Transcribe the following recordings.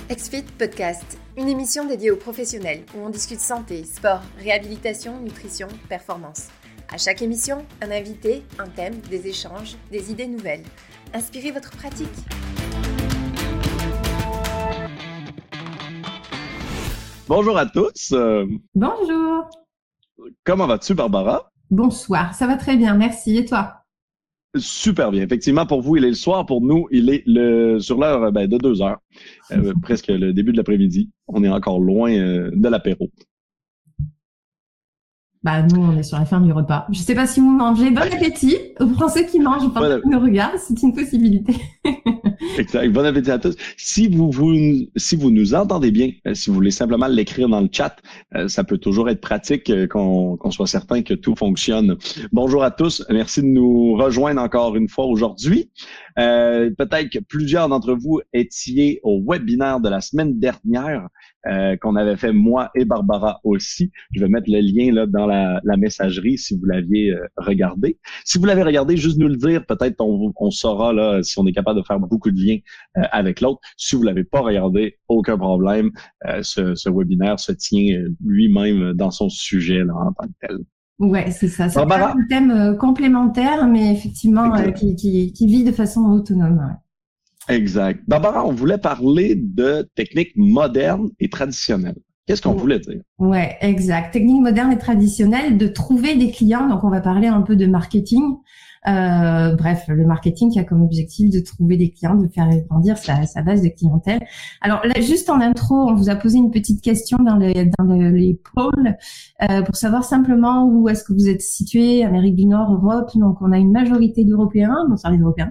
XFIT Podcast, une émission dédiée aux professionnels où on discute santé, sport, réhabilitation, nutrition, performance. À chaque émission, un invité, un thème, des échanges, des idées nouvelles. Inspirez votre pratique. Bonjour à tous. Bonjour. Comment vas-tu, Barbara? Bonsoir, ça va très bien, merci. Et toi? Super bien. Effectivement, pour vous, il est le soir. Pour nous, il est sur l'heure de 2 heures, presque le début de l'après-midi. On est encore loin de l'apéro. Nous, on est sur la fin du repas. Je sais pas si vous mangez. Bon appétit pour ceux qui mangent, enfin, qui nous regardent, c'est une possibilité. Exact. Bon appétit à tous. Si vous nous entendez bien, si vous voulez simplement l'écrire dans le chat, ça peut toujours être pratique qu'on soit certain que tout fonctionne. Bonjour à tous. Merci de nous rejoindre encore une fois aujourd'hui. Peut-être que plusieurs d'entre vous étiez au webinaire de la semaine dernière qu'on avait fait moi et Barbara aussi. Je vais mettre le lien là dans la messagerie si vous l'aviez regardé. Si vous l'avez regardé, juste nous le dire. Peut-être on saura là si on est capable de faire beaucoup de liens avec l'autre. Si vous l'avez pas regardé, aucun problème. Ce webinaire se tient lui-même dans son sujet là, en tant que tel. Ouais, c'est ça. C'est un thème complémentaire, mais effectivement qui vit de façon autonome. Ouais. Exact. Barbara, on voulait parler de techniques modernes et traditionnelles. Qu'est-ce qu'on voulait dire? Ouais, exact. Techniques modernes et traditionnelles, de trouver des clients. Donc, on va parler un peu de marketing. Bref, le marketing qui a comme objectif de trouver des clients, de faire grandir sa base de clientèle. Alors là, juste en intro, on vous a posé une petite question dans les polls pour savoir simplement où est-ce que vous êtes situé, Amérique du Nord, Europe. Donc, on a une majorité d'Européens. Bonsoir les Européens.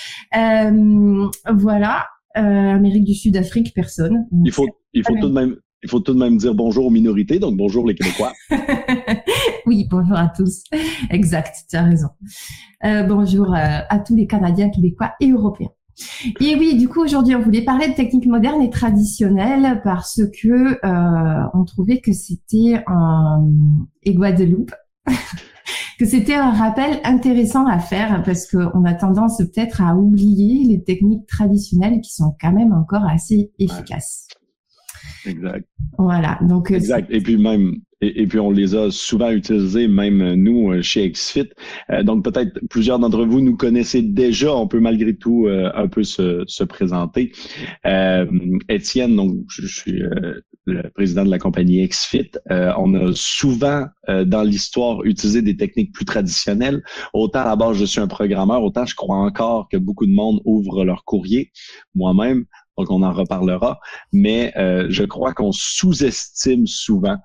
Voilà. Amérique du Sud, Afrique, personne. Donc, il faut tout de même dire bonjour aux minorités, donc bonjour les Québécois. Oui, bonjour à tous. Exact, tu as raison. Bonjour à tous les Canadiens, Québécois et Européens. Et oui, du coup, aujourd'hui, on voulait parler de techniques modernes et traditionnelles parce que on trouvait que c'était et Guadeloupe. que c'était un rappel intéressant à faire parce qu'on a tendance peut-être à oublier les techniques traditionnelles qui sont quand même encore assez efficaces. Exact. Voilà. Donc, exact. Et puis on les a souvent utilisés, même nous, chez XFIT. Donc, peut-être plusieurs d'entre vous nous connaissez déjà. On peut malgré tout un peu se présenter. Étienne, donc, je suis le président de la compagnie XFIT. On a souvent, dans l'histoire, utilisé des techniques plus traditionnelles. Autant à la base, je suis un programmeur, autant je crois encore que beaucoup de monde ouvre leur courrier. Moi-même. Donc, on en reparlera. Mais je crois qu'on sous-estime souvent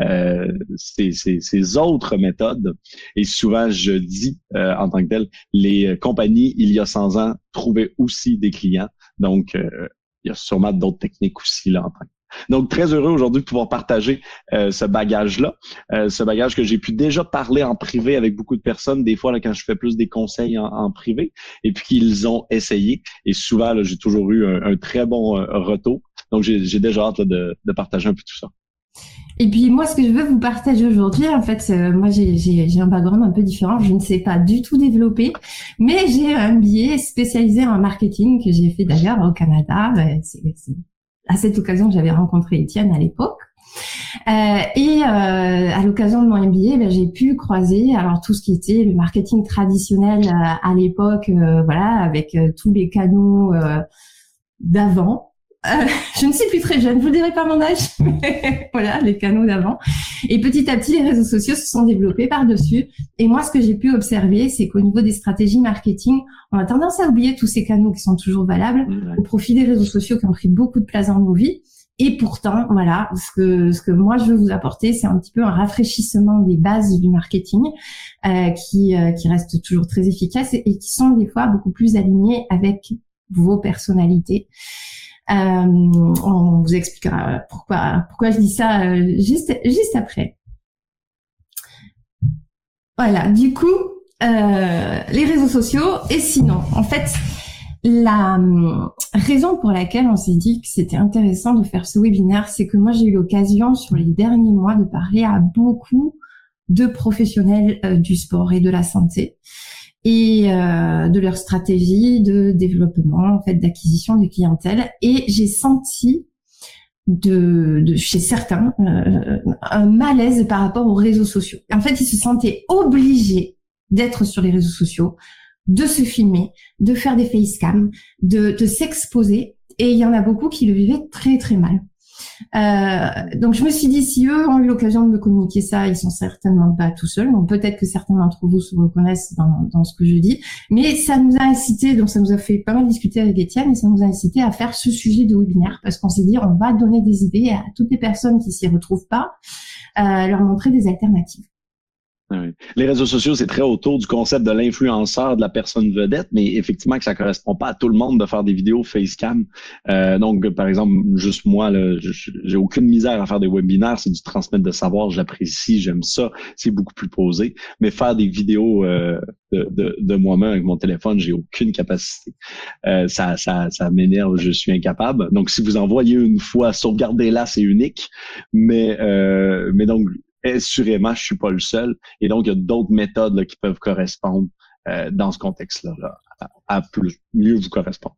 ces autres méthodes. Et souvent, je dis en tant que tel, les compagnies, il y a 100 ans, trouvaient aussi des clients. Donc, il y a sûrement d'autres techniques aussi là en tant que. Donc, très heureux aujourd'hui de pouvoir partager ce bagage-là, ce bagage que j'ai pu déjà parler en privé avec beaucoup de personnes, des fois là, quand je fais plus des conseils en privé, et puis qu'ils ont essayé. Et souvent, là, j'ai toujours eu un très bon retour. Donc, j'ai déjà hâte là, de partager un peu tout ça. Et puis moi, ce que je veux vous partager aujourd'hui, en fait, moi j'ai un background un peu différent. Je ne sais pas du tout développer, mais j'ai un MBA spécialisé en marketing que j'ai fait d'ailleurs au Canada. C'est à cette occasion que j'avais rencontré Étienne à l'époque. À l'occasion de mon MBA, j'ai pu croiser alors tout ce qui était le marketing traditionnel à l'époque, voilà, avec tous les canaux d'avant. Je ne suis plus très jeune, je vous dirai pas mon âge, mais voilà, les canaux d'avant. Et petit à petit, les réseaux sociaux se sont développés par-dessus. Et moi, ce que j'ai pu observer, c'est qu'au niveau des stratégies marketing, on a tendance à oublier tous ces canaux qui sont toujours valables au profit des réseaux sociaux qui ont pris beaucoup de place dans nos vies. Et pourtant, voilà, ce que moi je veux vous apporter, c'est un petit peu un rafraîchissement des bases du marketing qui restent toujours très efficaces et qui sont des fois beaucoup plus alignés avec vos personnalités. On vous expliquera pourquoi je dis ça juste après. Voilà, du coup, les réseaux sociaux. Et sinon, en fait, la raison pour laquelle on s'est dit que c'était intéressant de faire ce webinaire, c'est que moi j'ai eu l'occasion sur les derniers mois de parler à beaucoup de professionnels du sport et de la santé. Et de leur stratégie de développement, en fait, d'acquisition de clientèle. Et j'ai senti chez certains un malaise par rapport aux réseaux sociaux. En fait, ils se sentaient obligés d'être sur les réseaux sociaux, de se filmer, de faire des facecam, de s'exposer, et il y en a beaucoup qui le vivaient très très mal. Donc je me suis dit, si eux ont eu l'occasion de me communiquer ça, ils sont certainement pas tout seuls. Donc peut-être que certains d'entre vous se reconnaissent dans ce que je dis, mais ça nous a incité, donc ça nous a fait pas mal discuter avec Étienne, et ça nous a incité à faire ce sujet de webinaire, parce qu'on s'est dit, on va donner des idées à toutes les personnes qui s'y retrouvent pas, leur montrer des alternatives. Oui. Les réseaux sociaux, c'est très autour du concept de l'influenceur, de la personne vedette, mais effectivement que ça correspond pas à tout le monde de faire des vidéos facecam. Donc, par exemple, juste moi, là, j'ai aucune misère à faire des webinaires, c'est du transmettre de savoir, j'apprécie, j'aime ça, c'est beaucoup plus posé. Mais faire des vidéos de moi-même avec mon téléphone, j'ai aucune capacité. Ça m'énerve, je suis incapable. Donc, si vous en voyez une fois, sauvegardez-la, c'est unique. Mais donc, assurément, je suis pas le seul. Et donc, il y a d'autres méthodes là, qui peuvent correspondre dans ce contexte-là, là, à mieux vous correspondre.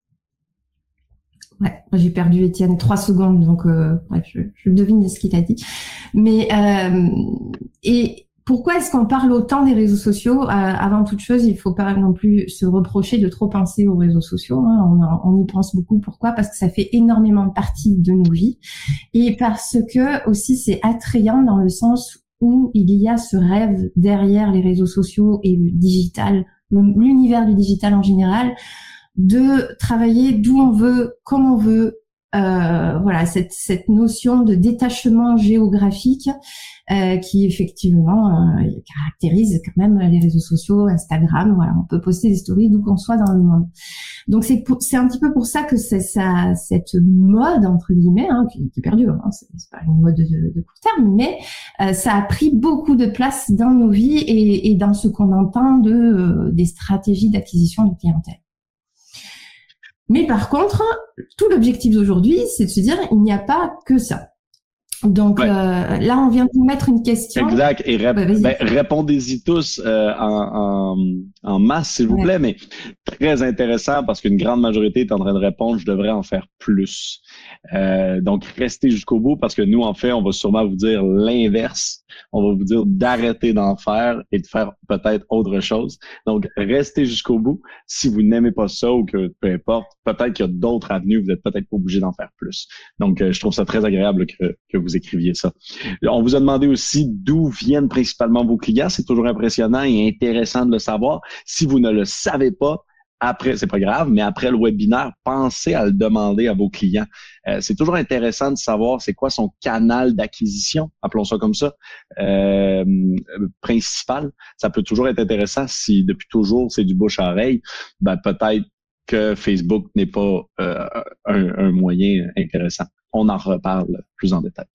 Ouais, j'ai perdu Étienne 3 secondes, donc bref, je devine ce qu'il a dit. Mais et pourquoi est-ce qu'on parle autant des réseaux sociaux? Avant toute chose, il faut pas non plus se reprocher de trop penser aux réseaux sociaux. Hein. On y pense beaucoup. Pourquoi? Parce que ça fait énormément partie de nos vies, et parce que aussi c'est attrayant dans le sens où il y a ce rêve derrière les réseaux sociaux et le digital, l'univers du digital en général, de travailler d'où on veut, comme on veut. Voilà, cette notion de détachement géographique qui effectivement caractérise quand même les réseaux sociaux, Instagram. Voilà, on peut poster des stories d'où qu'on soit dans le monde. Donc c'est un petit peu pour ça que cette mode entre guillemets qui perdure. Hein, c'est pas une mode de court terme, mais ça a pris beaucoup de place dans nos vies et dans ce qu'on entend des stratégies d'acquisition de clientèle. Mais par contre, tout l'objectif d'aujourd'hui, c'est de se dire, il n'y a pas que ça. Donc là, on vient de vous mettre une question. Exact. Et répondez-y tous en masse, s'il vous plaît. Mais très intéressant parce qu'une grande majorité est en train de répondre, je devrais en faire plus. Donc, restez jusqu'au bout parce que nous, en fait, on va sûrement vous dire l'inverse. On va vous dire d'arrêter d'en faire et de faire peut-être autre chose. Donc, restez jusqu'au bout. Si vous n'aimez pas ça ou que peu importe, peut-être qu'il y a d'autres avenues, vous n'êtes peut-être pas obligé d'en faire plus. Donc, je trouve ça très agréable que vous écriviez ça. On vous a demandé aussi d'où viennent principalement vos clients. C'est toujours impressionnant et intéressant de le savoir. Si vous ne le savez pas, après, c'est pas grave, mais après le webinaire, pensez à le demander à vos clients. C'est toujours intéressant de savoir c'est quoi son canal d'acquisition, appelons ça comme ça, principal. Ça peut toujours être intéressant si depuis toujours c'est du bouche à oreille. Ben, peut-être que Facebook n'est pas un moyen intéressant. On en reparle plus en détail.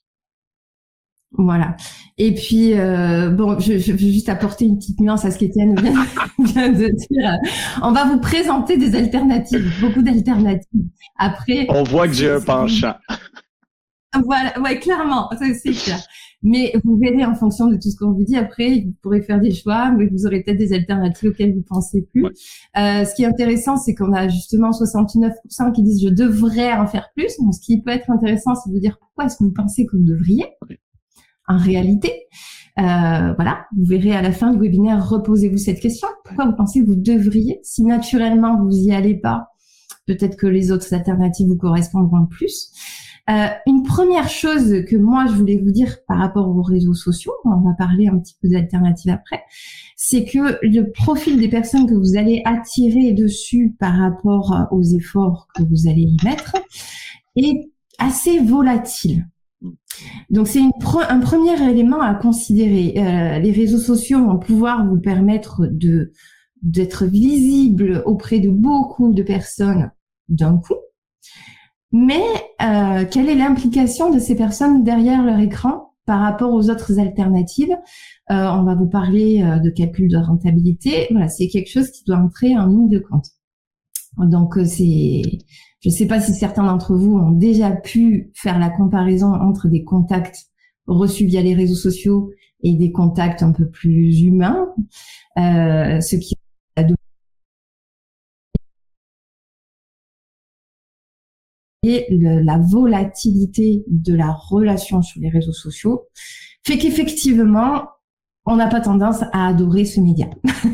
Voilà. Et puis, bon, je veux juste apporter une petite nuance à ce qu'Étienne vient de dire. On va vous présenter des alternatives, beaucoup d'alternatives. Après, on voit que j'ai un penchant. Voilà, ouais, clairement, c'est clair. Mais vous verrez en fonction de tout ce qu'on vous dit. Après, vous pourrez faire des choix, mais vous aurez peut-être des alternatives auxquelles vous pensez plus. Ouais. Ce qui est intéressant, c'est qu'on a justement 69% qui disent je devrais en faire plus. Donc, ce qui peut être intéressant, c'est de vous dire pourquoi est-ce que vous pensez que vous devriez. En réalité, voilà, vous verrez à la fin du webinaire, reposez-vous cette question. Pourquoi vous pensez que vous devriez? Si naturellement vous y allez pas, peut-être que les autres alternatives vous correspondront plus. Une première chose que moi je voulais vous dire par rapport aux réseaux sociaux, on va parler un petit peu d'alternatives après, c'est que le profil des personnes que vous allez attirer dessus par rapport aux efforts que vous allez y mettre est assez volatile. Donc c'est un premier élément à considérer. Les réseaux sociaux vont pouvoir vous permettre d'être visible auprès de beaucoup de personnes d'un coup. Mais quelle est l'implication de ces personnes derrière leur écran par rapport aux autres alternatives? On va vous parler de calcul de rentabilité. Voilà, c'est quelque chose qui doit entrer en ligne de compte. Donc je ne sais pas si certains d'entre vous ont déjà pu faire la comparaison entre des contacts reçus via les réseaux sociaux et des contacts un peu plus humains, ce qui la volatilité de la relation sur les réseaux sociaux fait qu'effectivement, on n'a pas tendance à adorer ce média.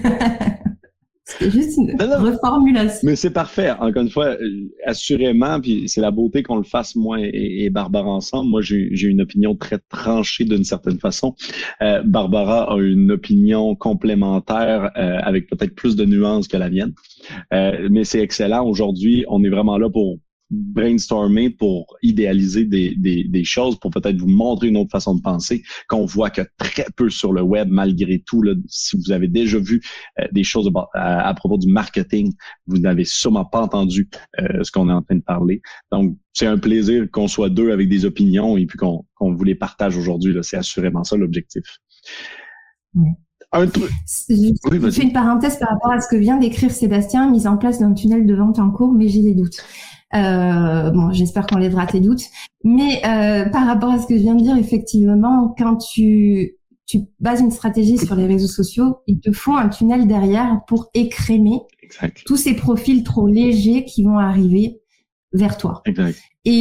C'est juste une reformulation. Mais c'est parfait. Encore une fois, assurément, puis c'est la beauté qu'on le fasse, moi et Barbara ensemble. Moi, j'ai une opinion très tranchée d'une certaine façon. Barbara a une opinion complémentaire avec peut-être plus de nuances que la mienne. Mais c'est excellent. Aujourd'hui, on est vraiment là pour brainstormer, pour idéaliser des choses, pour peut-être vous montrer une autre façon de penser qu'on voit que très peu sur le web malgré tout. Là, si vous avez déjà vu des choses à propos du marketing, vous n'avez sûrement pas entendu ce qu'on est en train de parler. Donc, c'est un plaisir qu'on soit deux avec des opinions et puis qu'on vous les partage aujourd'hui. Là, c'est assurément ça l'objectif. Ouais. Je fais une parenthèse par rapport à ce que vient d'écrire Sébastien, mise en place d'un tunnel de vente en cours, mais j'ai des doutes. Bon, j'espère qu'on lèvera tes doutes. Mais par rapport à ce que je viens de dire, effectivement, quand tu bases une stratégie sur les réseaux sociaux, il te faut un tunnel derrière pour écrémer tous ces profils trop légers qui vont arriver vers toi. Exact.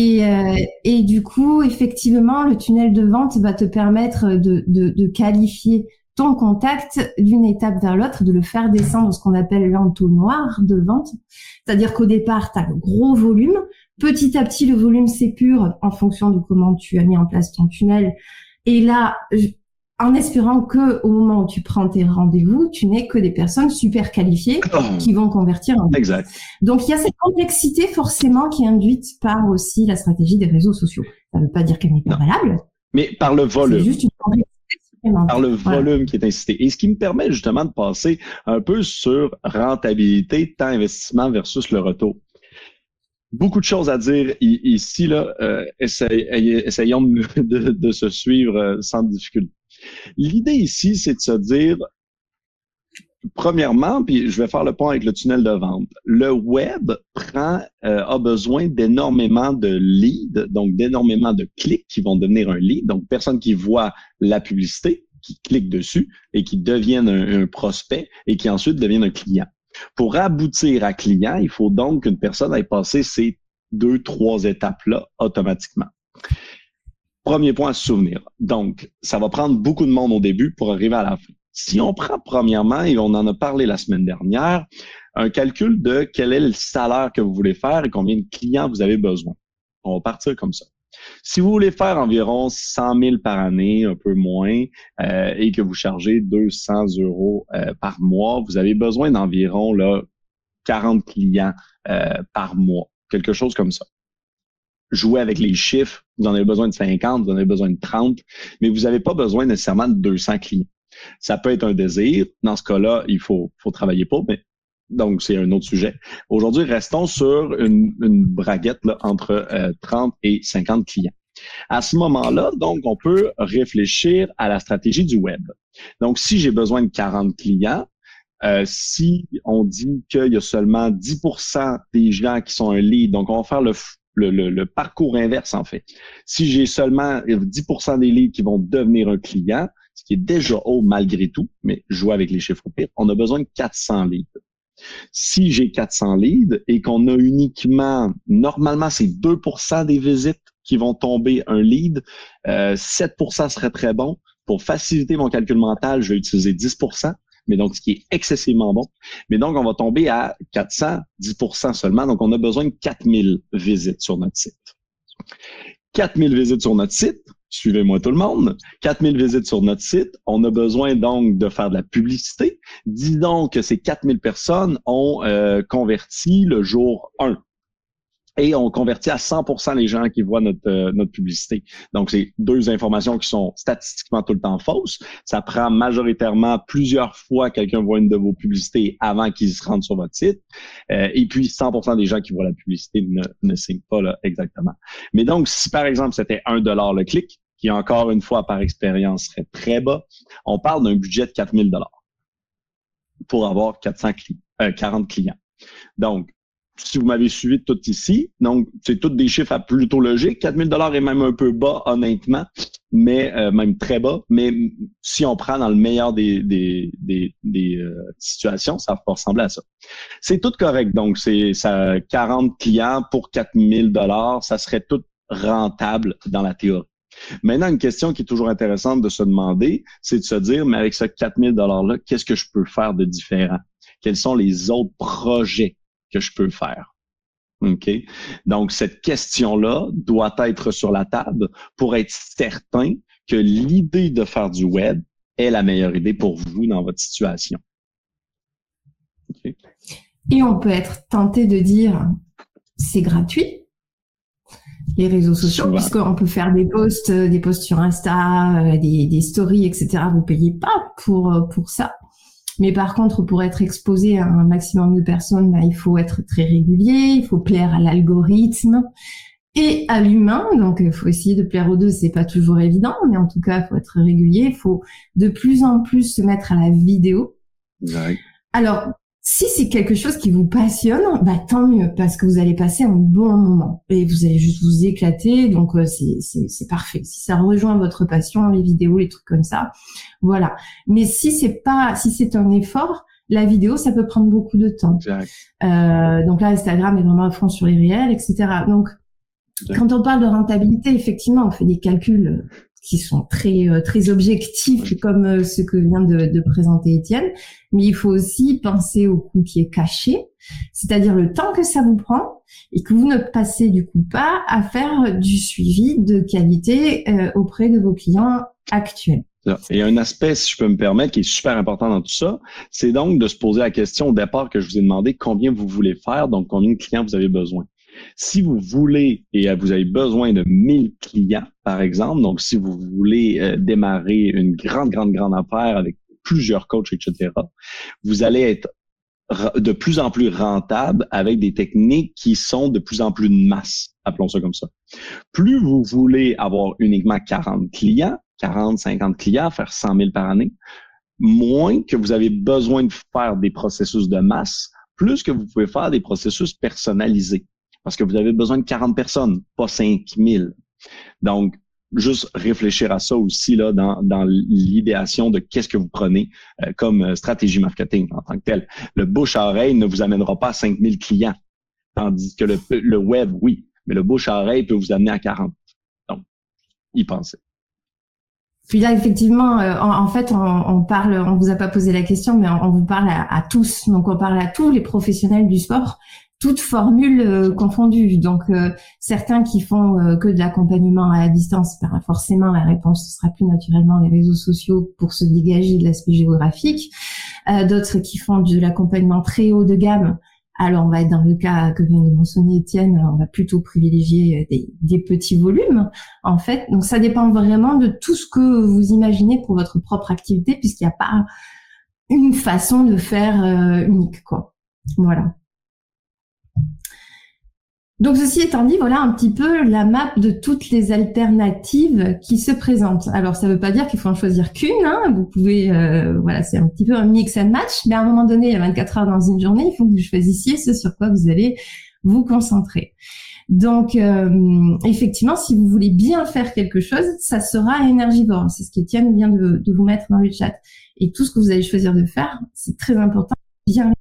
Et du coup, effectivement, le tunnel de vente va te permettre de qualifier ton contact d'une étape vers l'autre, de le faire descendre dans ce qu'on appelle l'entonnoir de vente. C'est-à-dire qu'au départ, tu as le gros volume. Petit à petit, le volume s'épure en fonction de comment tu as mis en place ton tunnel. Et là, en espérant que au moment où tu prends tes rendez-vous, tu n'aies que des personnes super qualifiées qui vont convertir en vente. Exact. Donc, il y a cette complexité forcément qui est induite par aussi la stratégie des réseaux sociaux. Ça ne veut pas dire qu'elle n'est pas valable. Mais par le volume. C'est juste une complexité. Par le volume qui est incité. Et ce qui me permet justement de passer un peu sur rentabilité, temps investissement versus le retour. Beaucoup de choses à dire ici, là. Essayons de se suivre sans difficulté. L'idée ici, c'est de se dire, premièrement, puis je vais faire le pont avec le tunnel de vente. Le web a besoin d'énormément de leads, donc d'énormément de clics qui vont devenir un lead. Donc, personne qui voit la publicité, qui clique dessus et qui deviennent un prospect et qui ensuite deviennent un client. Pour aboutir à client, il faut donc qu'une personne ait passé ces 2-3 étapes-là automatiquement. Premier point à se souvenir. Donc, ça va prendre beaucoup de monde au début pour arriver à la fin. Si on prend premièrement, et on en a parlé la semaine dernière, un calcul de quel est le salaire que vous voulez faire et combien de clients vous avez besoin. On va partir comme ça. Si vous voulez faire environ 100 000 par année, un peu moins, et que vous chargez 200 € par mois, vous avez besoin d'environ 40 clients par mois, quelque chose comme ça. Jouez avec les chiffres, vous en avez besoin de 50, vous en avez besoin de 30, mais vous n'avez pas besoin nécessairement de 200 clients. Ça peut être un désir. Dans ce cas-là, il faut travailler pour, mais donc c'est un autre sujet. Aujourd'hui, restons sur une braguette là, entre 30 et 50 clients. À ce moment-là, donc, on peut réfléchir à la stratégie du web. Donc, si j'ai besoin de 40 clients, si on dit qu'il y a seulement 10% des gens qui sont un lead, donc on va faire le parcours inverse en fait. Si j'ai seulement 10% des leads qui vont devenir un client, ce qui est déjà haut malgré tout, mais jouer avec les chiffres au pire, on a besoin de 400 leads. Si j'ai 400 leads et qu'on a uniquement, normalement, c'est 2% des visites qui vont tomber un lead, 7% serait très bon. Pour faciliter mon calcul mental, je vais utiliser 10%, mais donc ce qui est excessivement bon. Mais donc, on va tomber à 400, 10% seulement. Donc, on a besoin de 4000 visites sur notre site. 4000 visites sur notre site. Suivez-moi tout le monde. 4000 visites sur notre site. On a besoin donc de faire de la publicité. Disons que ces 4000 personnes ont converti le jour 1. Et on convertit à 100% les gens qui voient notre publicité. Donc, c'est deux informations qui sont statistiquement tout le temps fausses. Ça prend majoritairement plusieurs fois quelqu'un voit une de vos publicités avant qu'il se rende sur votre site. Et puis, 100% des gens qui voient la publicité ne signent pas là, exactement. Mais donc, si par exemple, c'était $1 le clic, qui encore une fois par expérience serait très bas, on parle d'un budget de $4000 pour avoir 40 clients. Donc, si vous m'avez suivi tout ici, donc c'est tous des chiffres à plutôt logiques. 4 000 $ est même un peu bas, honnêtement, mais même très bas. Mais si on prend dans le meilleur des situations, ça va ressembler à ça. C'est tout correct. Donc, c'est ça 40 clients pour 4 000 $, ça serait tout rentable dans la théorie. Maintenant, une question qui est toujours intéressante de se demander, c'est de se dire, mais avec ce 4 000 $-là, qu'est-ce que je peux faire de différent? Quels sont les autres projets que je peux faire? OK? Donc, cette question-là doit être sur la table pour être certain que l'idée de faire du web est la meilleure idée pour vous dans votre situation. Okay. Et on peut être tenté de dire, c'est gratuit. Les réseaux sociaux, puisqu'on peut faire des posts sur Insta, des stories, etc. Vous payez pas pour ça. Mais par contre, pour être exposé à un maximum de personnes, il faut être très régulier, il faut plaire à l'algorithme et à l'humain. Donc, il faut essayer de plaire aux deux. C'est pas toujours évident, mais en tout cas, il faut être régulier. Il faut de plus en plus se mettre à la vidéo. Ouais. Alors, si c'est quelque chose qui vous passionne, tant mieux, parce que vous allez passer un bon moment et vous allez juste vous éclater, donc c'est parfait. Si ça rejoint votre passion, les vidéos, les trucs comme ça, voilà. Mais si c'est un effort, la vidéo, ça peut prendre beaucoup de temps. Exact. Donc là, Instagram est vraiment à fond sur les réels, etc. Donc, quand on parle de rentabilité, effectivement, on fait des calculs qui sont très objectifs, comme ce que vient de présenter Étienne, mais il faut aussi penser au coût qui est caché, c'est-à-dire le temps que ça vous prend et que vous ne passez du coup pas à faire du suivi de qualité auprès de vos clients actuels. Et un aspect, si je peux me permettre, qui est super important dans tout ça, c'est donc de se poser la question au départ que je vous ai demandé combien vous voulez faire, donc combien de clients vous avez besoin. Si vous voulez et vous avez besoin de 1000 clients, par exemple, donc si vous voulez démarrer une grande affaire avec plusieurs coachs, etc., vous allez être de plus en plus rentable avec des techniques qui sont de plus en plus de masse, appelons ça comme ça. Plus vous voulez avoir uniquement 40 clients, 40, 50 clients, faire 100 000 par année, moins que vous avez besoin de faire des processus de masse, plus que vous pouvez faire des processus personnalisés. Parce que vous avez besoin de 40 personnes, pas 5000. Donc, juste réfléchir à ça aussi là dans l'idéation de qu'est-ce que vous prenez comme stratégie marketing en tant que tel. Le bouche à oreille ne vous amènera pas à 5000 clients, tandis que le web, oui, mais le bouche à oreille peut vous amener à 40. Donc, y pensez. Puis là, effectivement, en fait, on vous a pas posé la question, mais on vous parle à tous. Donc, on parle à tous les professionnels du sport, toutes formules confondues. Donc, certains qui font que de l'accompagnement à distance, forcément, la réponse sera plus naturellement les réseaux sociaux pour se dégager de l'aspect géographique. D'autres qui font de l'accompagnement très haut de gamme. Alors, on va être dans le cas que vient de mentionner Étienne, on va plutôt privilégier des petits volumes, en fait. Donc, ça dépend vraiment de tout ce que vous imaginez pour votre propre activité, puisqu'il n'y a pas une façon de faire unique, quoi. Voilà. Donc, ceci étant dit, voilà un petit peu la map de toutes les alternatives qui se présentent. Alors, ça ne veut pas dire qu'il faut en choisir qu'une, hein. Vous pouvez, voilà, c'est un petit peu un mix and match, mais à un moment donné, il y a 24 heures dans une journée, il faut que vous choisissiez ce sur quoi vous allez vous concentrer. Donc, effectivement, si vous voulez bien faire quelque chose, ça sera énergivore. C'est ce qu'Étienne vient de vous mettre dans le chat. Et tout ce que vous allez choisir de faire, c'est très important. Bien.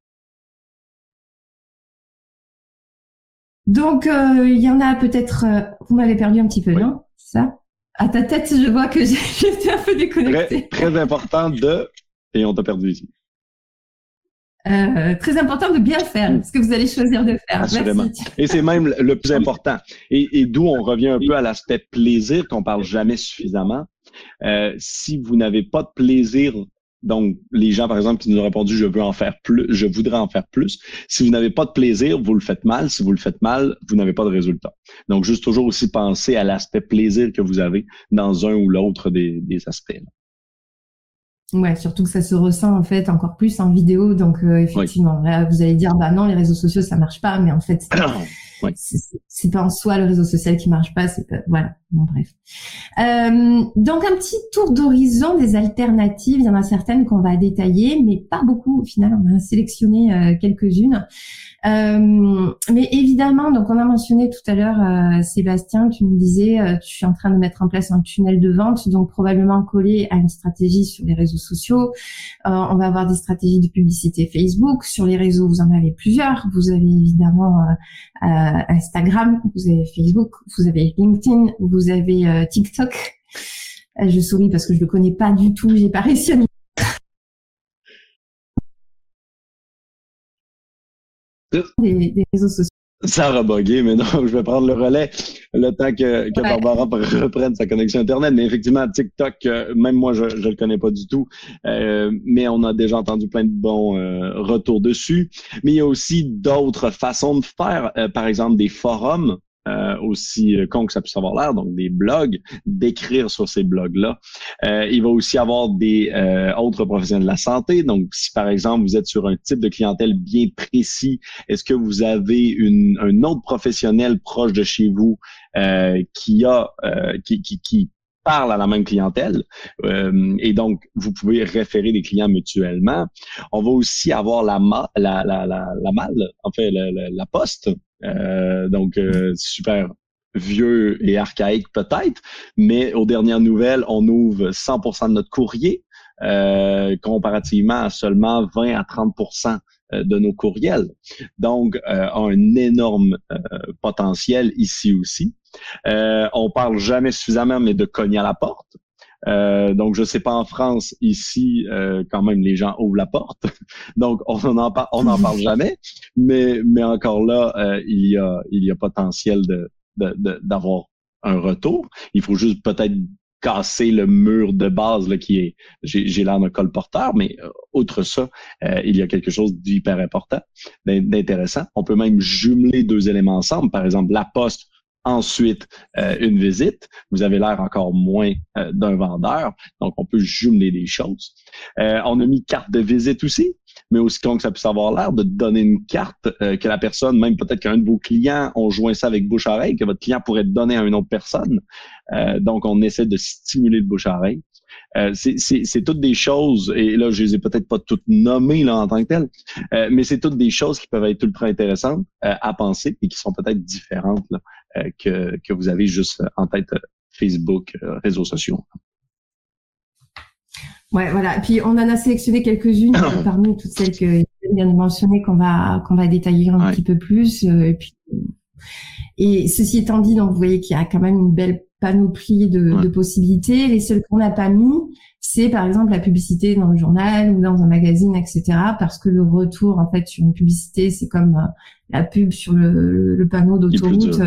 Donc, il y en a peut-être... vous m'avez perdu un petit peu, oui. Non? C'est ça? À ta tête, je vois que j'étais un peu déconnectée. Très important de... Et on t'a perdu ici. Très important de bien faire, ce que vous allez choisir de faire. Assurément. Merci. Et c'est même le plus important. Et d'où on revient un peu à l'aspect plaisir qu'on parle jamais suffisamment. Si vous n'avez pas de plaisir... Donc, les gens, par exemple, qui nous ont répondu « je veux en faire plus, je voudrais en faire plus », si vous n'avez pas de plaisir, vous le faites mal. Si vous le faites mal, vous n'avez pas de résultat. Donc, juste toujours aussi penser à l'aspect plaisir que vous avez dans un ou l'autre des aspects. Ouais, surtout que ça se ressent en fait encore plus en vidéo. Donc, effectivement, oui. Là, vous allez dire « bah non, les réseaux sociaux, ça marche pas ». Mais en fait, c'est pas en soi le réseau social qui marche pas. C'est pas, voilà. Bon, bref. Donc un petit tour d'horizon des alternatives. Il y en a certaines qu'on va détailler, mais pas beaucoup au final. On a sélectionné quelques-unes. Mais évidemment, donc on a mentionné tout à l'heure, Sébastien, tu me disais, tu suis en train de mettre en place un tunnel de vente, donc probablement collé à une stratégie sur les réseaux sociaux. On va avoir des stratégies de publicité Facebook. Sur les réseaux, vous en avez plusieurs. Vous avez évidemment Instagram, vous avez Facebook, vous avez LinkedIn, vous avez TikTok. Je souris parce que je le connais pas du tout. J'ai pas réussi à des réseaux sociaux. Ça a rebugué, mais non, je vais prendre le relais le temps que Barbara reprenne sa connexion Internet. Mais effectivement, TikTok, même moi, je le connais pas du tout, mais on a déjà entendu plein de bons retours dessus. Mais il y a aussi d'autres façons de faire, par exemple des forums. Aussi con que ça puisse avoir l'air, donc des blogs, d'écrire sur ces blogs-là. Il va aussi avoir des autres professionnels de la santé. Donc, si par exemple vous êtes sur un type de clientèle bien précis, est-ce que vous avez un autre professionnel proche de chez vous qui parle à la même clientèle et donc vous pouvez référer des clients mutuellement. On va aussi avoir la poste. Donc super vieux et archaïque peut-être, mais aux dernières nouvelles, on ouvre 100% de notre courrier comparativement à seulement 20 à 30% de nos courriels. Donc, un énorme potentiel ici aussi. On parle jamais suffisamment, mais de cogner à la porte. Donc, je sais pas en France, ici, quand même, les gens ouvrent la porte. Donc, on n'en parle jamais. Mais encore là, il y a potentiel d'avoir un retour. Il faut juste peut-être casser le mur de base là, qui est, j'ai l'air d'un colporteur, mais outre ça, il y a quelque chose d'hyper important, d'intéressant. On peut même jumeler deux éléments ensemble. Par exemple, la poste, ensuite une visite. Vous avez l'air encore moins d'un vendeur, donc on peut jumeler des choses. On a mis carte de visite aussi, mais aussi que ça puisse avoir l'air de donner une carte que la personne, même peut-être qu'un de vos clients, on joint ça avec bouche-oreille, que votre client pourrait donner à une autre personne. Donc, on essaie de stimuler le bouche-oreille. C'est toutes des choses, et là, je les ai peut-être pas toutes nommées là en tant que telles, mais c'est toutes des choses qui peuvent être ultra intéressantes à penser et qui sont peut-être différentes là, que vous avez juste en tête Facebook, réseaux sociaux. Ouais, voilà. Puis on en a sélectionné quelques-unes parmi toutes celles que je viens de mentionner qu'on va détailler un petit peu plus. Et ceci étant dit, donc vous voyez qu'il y a quand même une belle panoplie de possibilités. Les seules qu'on n'a pas mis, c'est par exemple la publicité dans le journal ou dans un magazine, etc. Parce que le retour en fait sur une publicité, c'est comme la pub sur le panneau d'autoroute.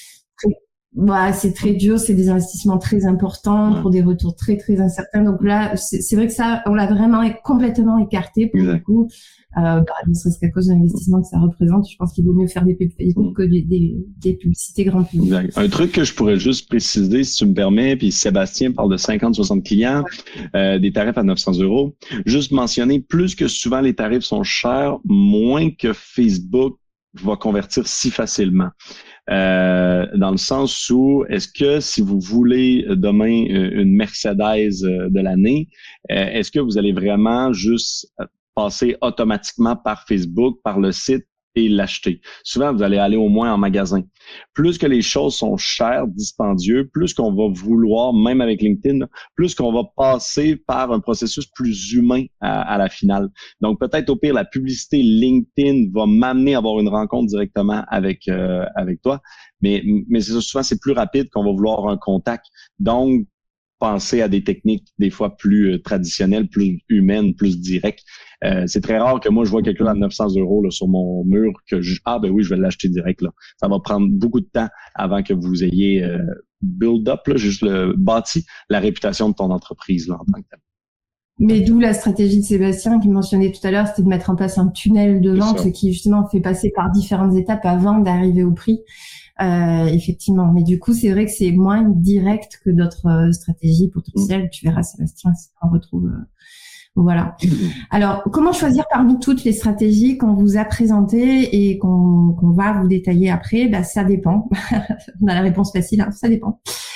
Bah, c'est très dur, c'est des investissements très importants pour des retours très très incertains. Donc là, c'est vrai que ça, on l'a vraiment complètement écarté pour le coup. Ne serait-ce qu'à cause de l'investissement que ça représente, je pense qu'il vaut mieux faire des pubs Facebook que des publicités grand public. Un truc que je pourrais juste préciser, si tu me permets, puis Sébastien parle de 50-60 clients, des tarifs à 900 €. Juste mentionner, plus que souvent les tarifs sont chers, moins que Facebook va convertir si facilement. Dans le sens où, est-ce que si vous voulez demain une Mercedes de l'année, est-ce que vous allez vraiment juste passer automatiquement par Facebook, par le site et l'acheter? Souvent, vous allez aller au moins en magasin. Plus que les choses sont chères, dispendieuses, plus qu'on va vouloir, même avec LinkedIn, plus qu'on va passer par un processus plus humain à la finale. Donc, peut-être au pire, la publicité LinkedIn va m'amener à avoir une rencontre directement avec toi. Mais c'est ça, souvent, c'est plus rapide qu'on va vouloir un contact. Donc, penser à des techniques des fois plus traditionnelles, plus humaines, plus directes. C'est très rare que moi, je vois quelque chose à 900 € là, sur mon mur que je vais l'acheter direct. Là. Ça va prendre beaucoup de temps avant que vous ayez build up, là, juste bâti la réputation de ton entreprise là, en tant que tel. Mais d'où la stratégie de Sébastien qui mentionnait tout à l'heure, c'était de mettre en place un tunnel de vente qui justement fait passer par différentes étapes avant d'arriver au prix. Effectivement, mais du coup c'est vrai que c'est moins direct que d'autres stratégies potentielles. Tu verras Sébastien si on retrouve voilà. Alors comment choisir parmi toutes les stratégies qu'on vous a présentées et qu'on va vous détailler après? Ça dépend. On a la réponse facile, hein, ça dépend.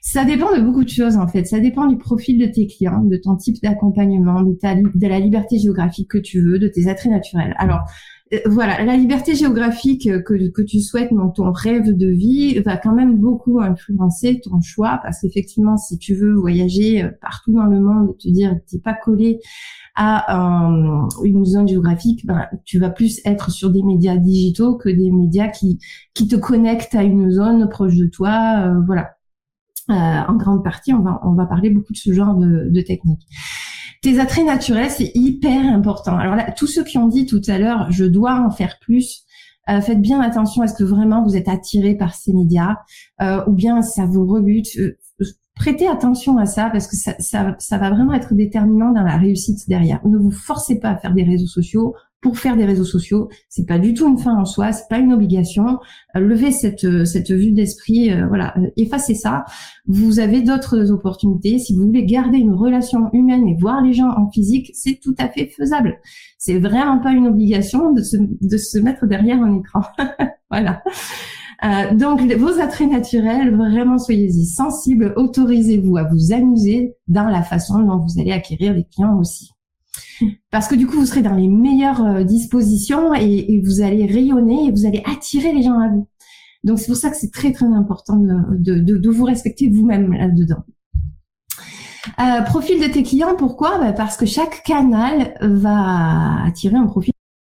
Ça dépend de beaucoup de choses, en fait. Ça dépend du profil de tes clients, de ton type d'accompagnement, de la liberté géographique que tu veux, de tes attraits naturels. Alors, voilà, la liberté géographique que tu souhaites dans ton rêve de vie va quand même beaucoup influencer ton choix, parce qu'effectivement, si tu veux voyager partout dans le monde, te dire que t'es pas collé à une zone géographique, tu vas plus être sur des médias digitaux que des médias qui te connectent à une zone proche de toi, voilà. En grande partie, on va parler beaucoup de ce genre de techniques. Tes attraits naturels, c'est hyper important. Alors là, tous ceux qui ont dit tout à l'heure, je dois en faire plus, faites bien attention, est-ce que vraiment vous êtes attiré par ces médias, ou bien ça vous rebute. Prêtez attention à ça, parce que ça va vraiment être déterminant dans la réussite derrière. Ne vous forcez pas à faire des réseaux sociaux pour faire des réseaux sociaux. C'est pas du tout une fin en soi, c'est pas une obligation. Levez cette vue d'esprit, voilà, effacez ça. Vous avez d'autres opportunités. Si vous voulez garder une relation humaine et voir les gens en physique, c'est tout à fait faisable. C'est vraiment pas une obligation de se mettre derrière un écran. Voilà. Donc, vos attraits naturels, vraiment soyez-y sensibles, autorisez-vous à vous amuser dans la façon dont vous allez acquérir des clients aussi. Parce que du coup, vous serez dans les meilleures dispositions et vous allez rayonner et vous allez attirer les gens à vous. Donc, c'est pour ça que c'est très, très important de vous respecter vous-même là-dedans. Profil de tes clients, pourquoi ? Parce que chaque canal va attirer un profil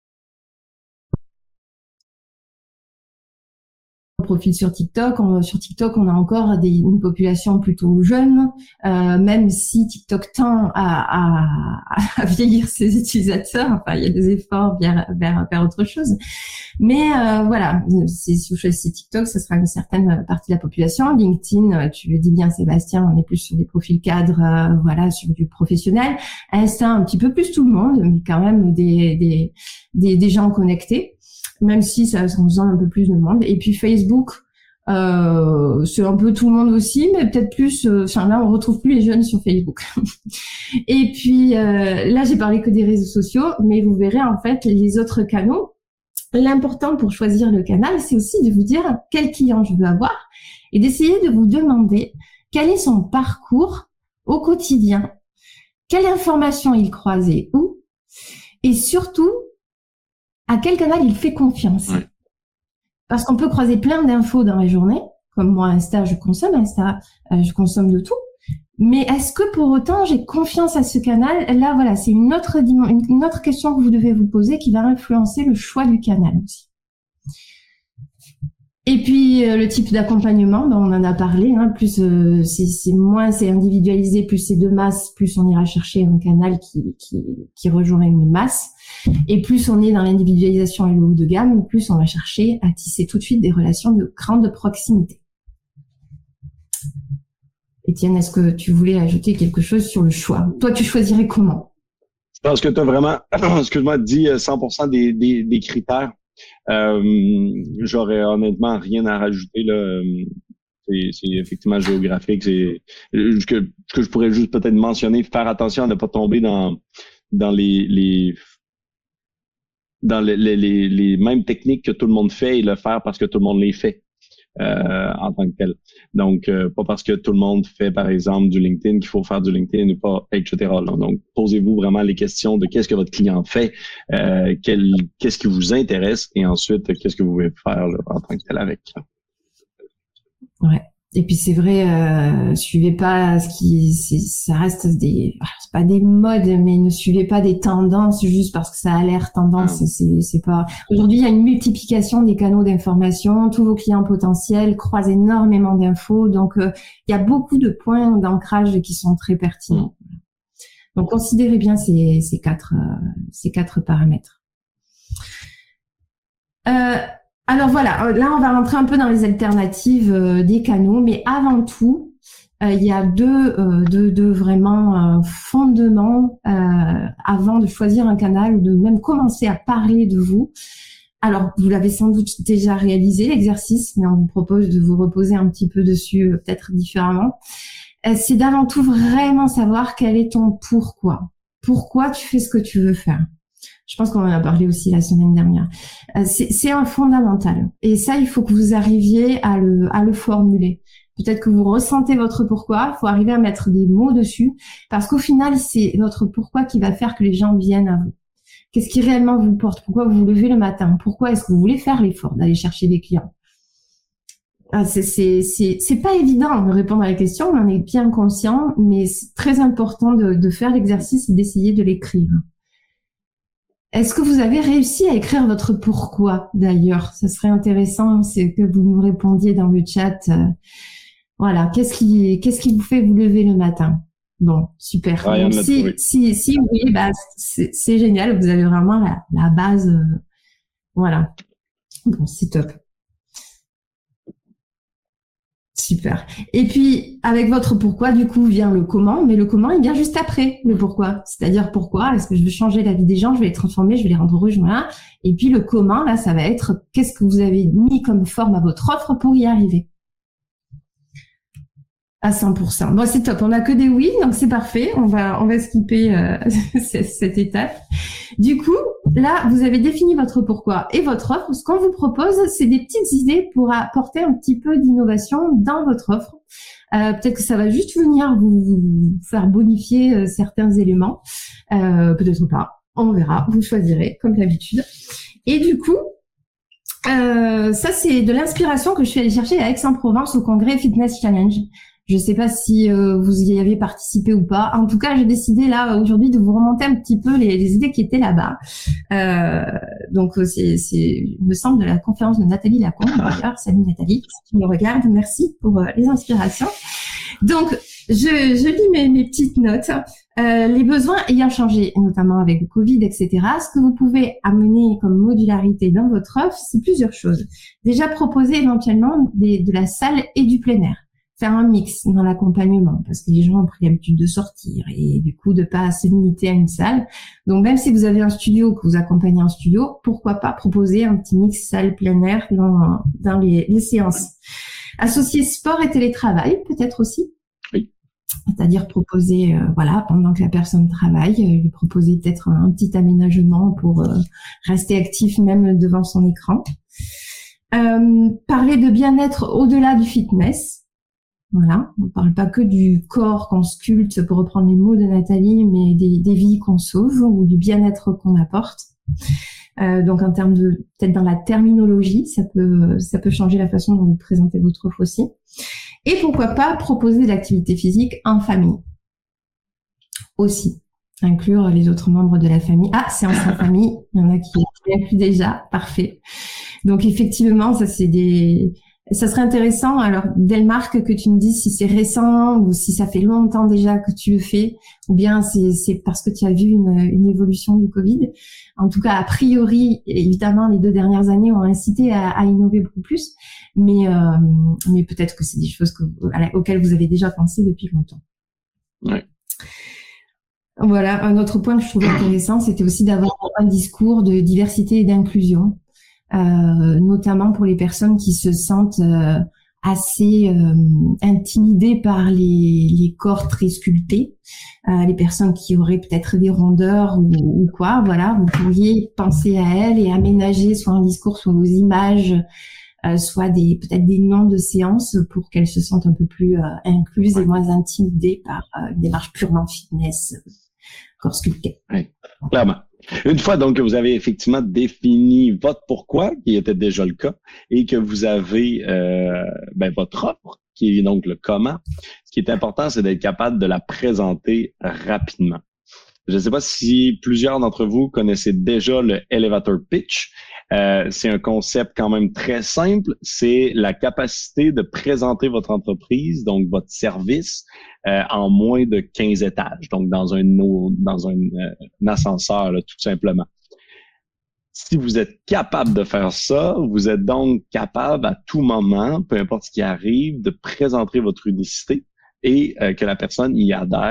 sur TikTok. Sur TikTok, on a encore une population plutôt jeune, même si TikTok tend à vieillir ses utilisateurs. Enfin, il y a des efforts vers autre chose. Mais voilà, si vous choisissez TikTok, ce sera une certaine partie de la population. LinkedIn, tu le dis bien Sébastien, on est plus sur des profils cadres, voilà, sur du professionnel. Insta, un petit peu plus tout le monde, mais quand même des gens connectés, même si ça nous en un peu plus de monde. Et puis Facebook, c'est un peu tout le monde aussi, mais peut-être plus, là, on retrouve plus les jeunes sur Facebook. Et puis, là, j'ai parlé que des réseaux sociaux, mais vous verrez, en fait, les autres canaux. L'important pour choisir le canal, c'est aussi de vous dire quel client je veux avoir et d'essayer de vous demander quel est son parcours au quotidien, quelle information il croisait où, et surtout, à quel canal il fait confiance. Ouais. Parce qu'on peut croiser plein d'infos dans la journée, comme moi, Insta, je consomme de tout. Mais est-ce que pour autant j'ai confiance à ce canal ? Là, voilà, c'est une autre question que vous devez vous poser qui va influencer le choix du canal aussi. Et puis le type d'accompagnement, on en a parlé. Plus moins c'est individualisé, plus c'est de masse, plus on ira chercher un canal qui rejoint une masse. Et plus on est dans l'individualisation et le haut de gamme, plus on va chercher à tisser tout de suite des relations de grande proximité. Étienne, est-ce que tu voulais ajouter quelque chose sur le choix ? Toi, tu choisirais comment ? Je pense que tu as vraiment, excuse-moi, dit 100% des critères. J'aurais honnêtement rien à rajouter là. C'est effectivement géographique. C'est que je pourrais juste peut-être mentionner, faire attention à ne pas tomber dans les mêmes techniques que tout le monde fait et le faire parce que tout le monde les fait. En tant que tel. Donc, pas parce que tout le monde fait, par exemple, du LinkedIn qu'il faut faire du LinkedIn ou pas, etc. Là. Donc, posez-vous vraiment les questions de qu'est-ce que votre client fait, qu'est-ce qui vous intéresse et ensuite, qu'est-ce que vous pouvez faire là, en tant que tel avec. Ouais. Et puis c'est vrai, suivez pas ça reste c'est pas des modes, mais ne suivez pas des tendances juste parce que ça a l'air tendance. C'est pas. Aujourd'hui, il y a une multiplication des canaux d'information. Tous vos clients potentiels croisent énormément d'infos, donc il y a beaucoup de points d'ancrage qui sont très pertinents. Donc considérez bien ces quatre paramètres. Alors voilà, là on va rentrer un peu dans les alternatives des canaux, mais avant tout, il y a deux vraiment fondements avant de choisir un canal ou de même commencer à parler de vous. Alors vous l'avez sans doute déjà réalisé l'exercice, mais on vous propose de vous reposer un petit peu dessus, peut-être différemment. C'est d'avant tout vraiment savoir quel est ton pourquoi. Pourquoi tu fais ce que tu veux faire. Je pense qu'on en a parlé aussi la semaine dernière. C'est un fondamental. Et ça, il faut que vous arriviez à le formuler. peut-être que vous ressentez votre pourquoi. Il faut arriver à mettre des mots dessus, parce qu'au final, c'est votre pourquoi qui va faire que les gens viennent à vous. Qu'est-ce qui réellement vous porte? Pourquoi vous vous levez le matin? Pourquoi est-ce que vous voulez faire l'effort d'aller chercher des clients? C'est pas évident de répondre à la question, on en est bien conscient, mais c'est très important de faire l'exercice et d'essayer de l'écrire. Est-ce que vous avez réussi à écrire votre pourquoi, d'ailleurs? Ça serait intéressant, c'est que vous nous répondiez dans le chat. Voilà, qu'est-ce qui vous fait vous lever le matin? Bon, super. Donc, si vous voyez, c'est génial, vous avez vraiment la base. Voilà. Bon, c'est top. Super. Et puis, avec votre pourquoi, du coup, vient le comment, mais le comment, il vient juste après le pourquoi. C'est-à-dire pourquoi, est-ce que je veux changer la vie des gens, je vais les transformer, je vais les rendre heureux, voilà. Et puis, le comment, là, ça va être qu'est-ce que vous avez mis comme forme à votre offre pour y arriver. À 100%. Bon, c'est top. On a que des oui, donc c'est parfait. On va skipper cette étape. Du coup, là, vous avez défini votre pourquoi et votre offre. Ce qu'on vous propose, c'est des petites idées pour apporter un petit peu d'innovation dans votre offre. Peut-être que ça va juste venir vous faire bonifier certains éléments. Peut-être pas. On verra. Vous choisirez, comme d'habitude. Et du coup, ça, c'est de l'inspiration que je suis allée chercher à Aix-en-Provence au congrès Fitness Challenge. Je sais pas si vous y avez participé ou pas. En tout cas, j'ai décidé là aujourd'hui de vous remonter un petit peu les idées qui étaient là-bas. Donc c'est il me semble de la conférence de Nathalie Lacombe. D'ailleurs, salut Nathalie, si tu me regardes, merci pour les inspirations. Donc je lis mes petites notes. Les besoins ayant changé, notamment avec le Covid, etc. Ce que vous pouvez amener comme modularité dans votre offre, c'est plusieurs choses. Déjà, proposer éventuellement de la salle et du plein air. Faire un mix dans l'accompagnement, parce que les gens ont pris l'habitude de sortir et du coup de pas se limiter à une salle. Donc même si vous avez un studio, que vous accompagnez en studio, pourquoi pas proposer un petit mix salle plein air dans les séances. Associer sport et télétravail, peut-être aussi. Oui. C'est-à-dire proposer, pendant que la personne travaille, lui proposer peut-être un petit aménagement pour rester actif même devant son écran. Parler de bien-être au-delà du fitness. Voilà, on ne parle pas que du corps qu'on sculpte, pour reprendre les mots de Nathalie, mais des vies qu'on sauve ou du bien-être qu'on apporte. Donc en termes de, peut-être dans la terminologie, ça peut changer la façon dont vous présentez votre offre aussi. Et pourquoi pas proposer de l'activité physique en famille aussi. Inclure les autres membres de la famille. Ah, séance en famille, il y en a qui incluent déjà, parfait. Donc effectivement, ça serait intéressant, alors, Delmarc, que tu me dises si c'est récent ou si ça fait longtemps déjà que tu le fais, ou bien c'est parce que tu as vu une évolution du Covid. En tout cas, a priori, évidemment, les 2 dernières années ont incité à innover beaucoup plus, mais peut-être que c'est des choses auxquelles vous avez déjà pensé depuis longtemps. Ouais. Voilà, un autre point que je trouvais intéressant, c'était aussi d'avoir un discours de diversité et d'inclusion. Notamment pour les personnes qui se sentent assez intimidées par les corps très sculptés, les personnes qui auraient peut-être des rondeurs ou quoi, voilà, vous pourriez penser à elles et aménager soit un discours, soit vos images, soit peut-être des noms de séances pour qu'elles se sentent un peu plus incluses et moins intimidées par une démarche purement fitness, corps sculpté. Oui, clairement. Une fois donc que vous avez effectivement défini votre pourquoi, qui était déjà le cas, et que vous avez votre offre, qui est donc le comment, ce qui est important, c'est d'être capable de la présenter rapidement. Je ne sais pas si plusieurs d'entre vous connaissez déjà le elevator pitch. C'est un concept quand même très simple. C'est la capacité de présenter votre entreprise, donc votre service, en moins de 15 étages, donc dans un ascenseur, là, tout simplement. Si vous êtes capable de faire ça, vous êtes donc capable à tout moment, peu importe ce qui arrive, de présenter votre unicité et que la personne y adhère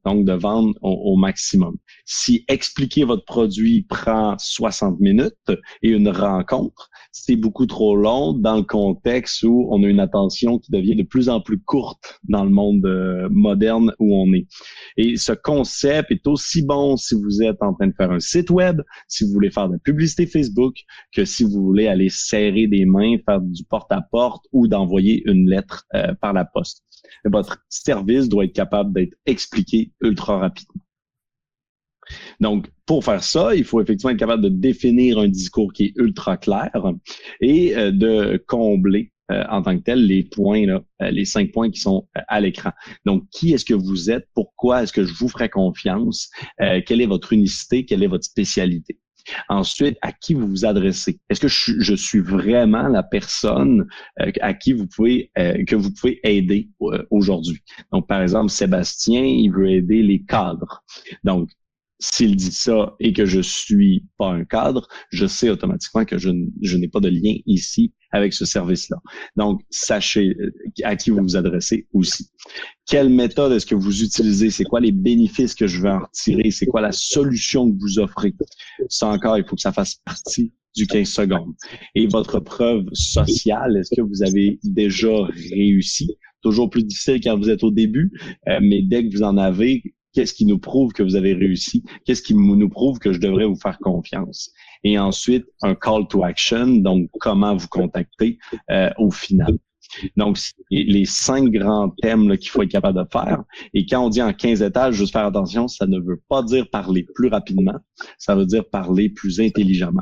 donc de vendre au maximum. Si expliquer votre produit prend 60 minutes et une rencontre, c'est beaucoup trop long dans le contexte où on a une attention qui devient de plus en plus courte dans le monde moderne où on est. Et ce concept est aussi bon si vous êtes en train de faire un site web, si vous voulez faire de la publicité Facebook, que si vous voulez aller serrer des mains, faire du porte-à-porte ou d'envoyer une lettre par la poste. Votre service doit être capable d'être expliqué ultra rapidement. Donc, pour faire ça, il faut effectivement être capable de définir un discours qui est ultra clair et de combler en tant que tel les points, là, les 5 points qui sont à l'écran. Donc, qui est-ce que vous êtes? Pourquoi est-ce que je vous ferai confiance? Quelle est votre unicité? Quelle est votre spécialité? Ensuite, à qui vous vous adressez? Est-ce que je suis vraiment la personne à qui vous pouvez que vous pouvez aider aujourd'hui? Donc, par exemple, Sébastien, il veut aider les cadres. Donc, s'il dit ça et que je suis pas un cadre, je sais automatiquement que je n'ai pas de lien ici avec ce service-là. Donc, sachez à qui vous vous adressez aussi. Quelle méthode est-ce que vous utilisez? C'est quoi les bénéfices que je vais en retirer? C'est quoi la solution que vous offrez? Ça encore, il faut que ça fasse partie du 15 secondes. Et votre preuve sociale, est-ce que vous avez déjà réussi? Toujours plus difficile quand vous êtes au début, mais dès que vous en avez, qu'est-ce qui nous prouve que vous avez réussi? Qu'est-ce qui nous prouve que je devrais vous faire confiance? Et ensuite, un call to action, donc comment vous contacter au final. Donc, c'est les 5 grands thèmes qu'il faut être capable de faire. Et quand on dit en 15 étages, juste faire attention, ça ne veut pas dire parler plus rapidement, ça veut dire parler plus intelligemment.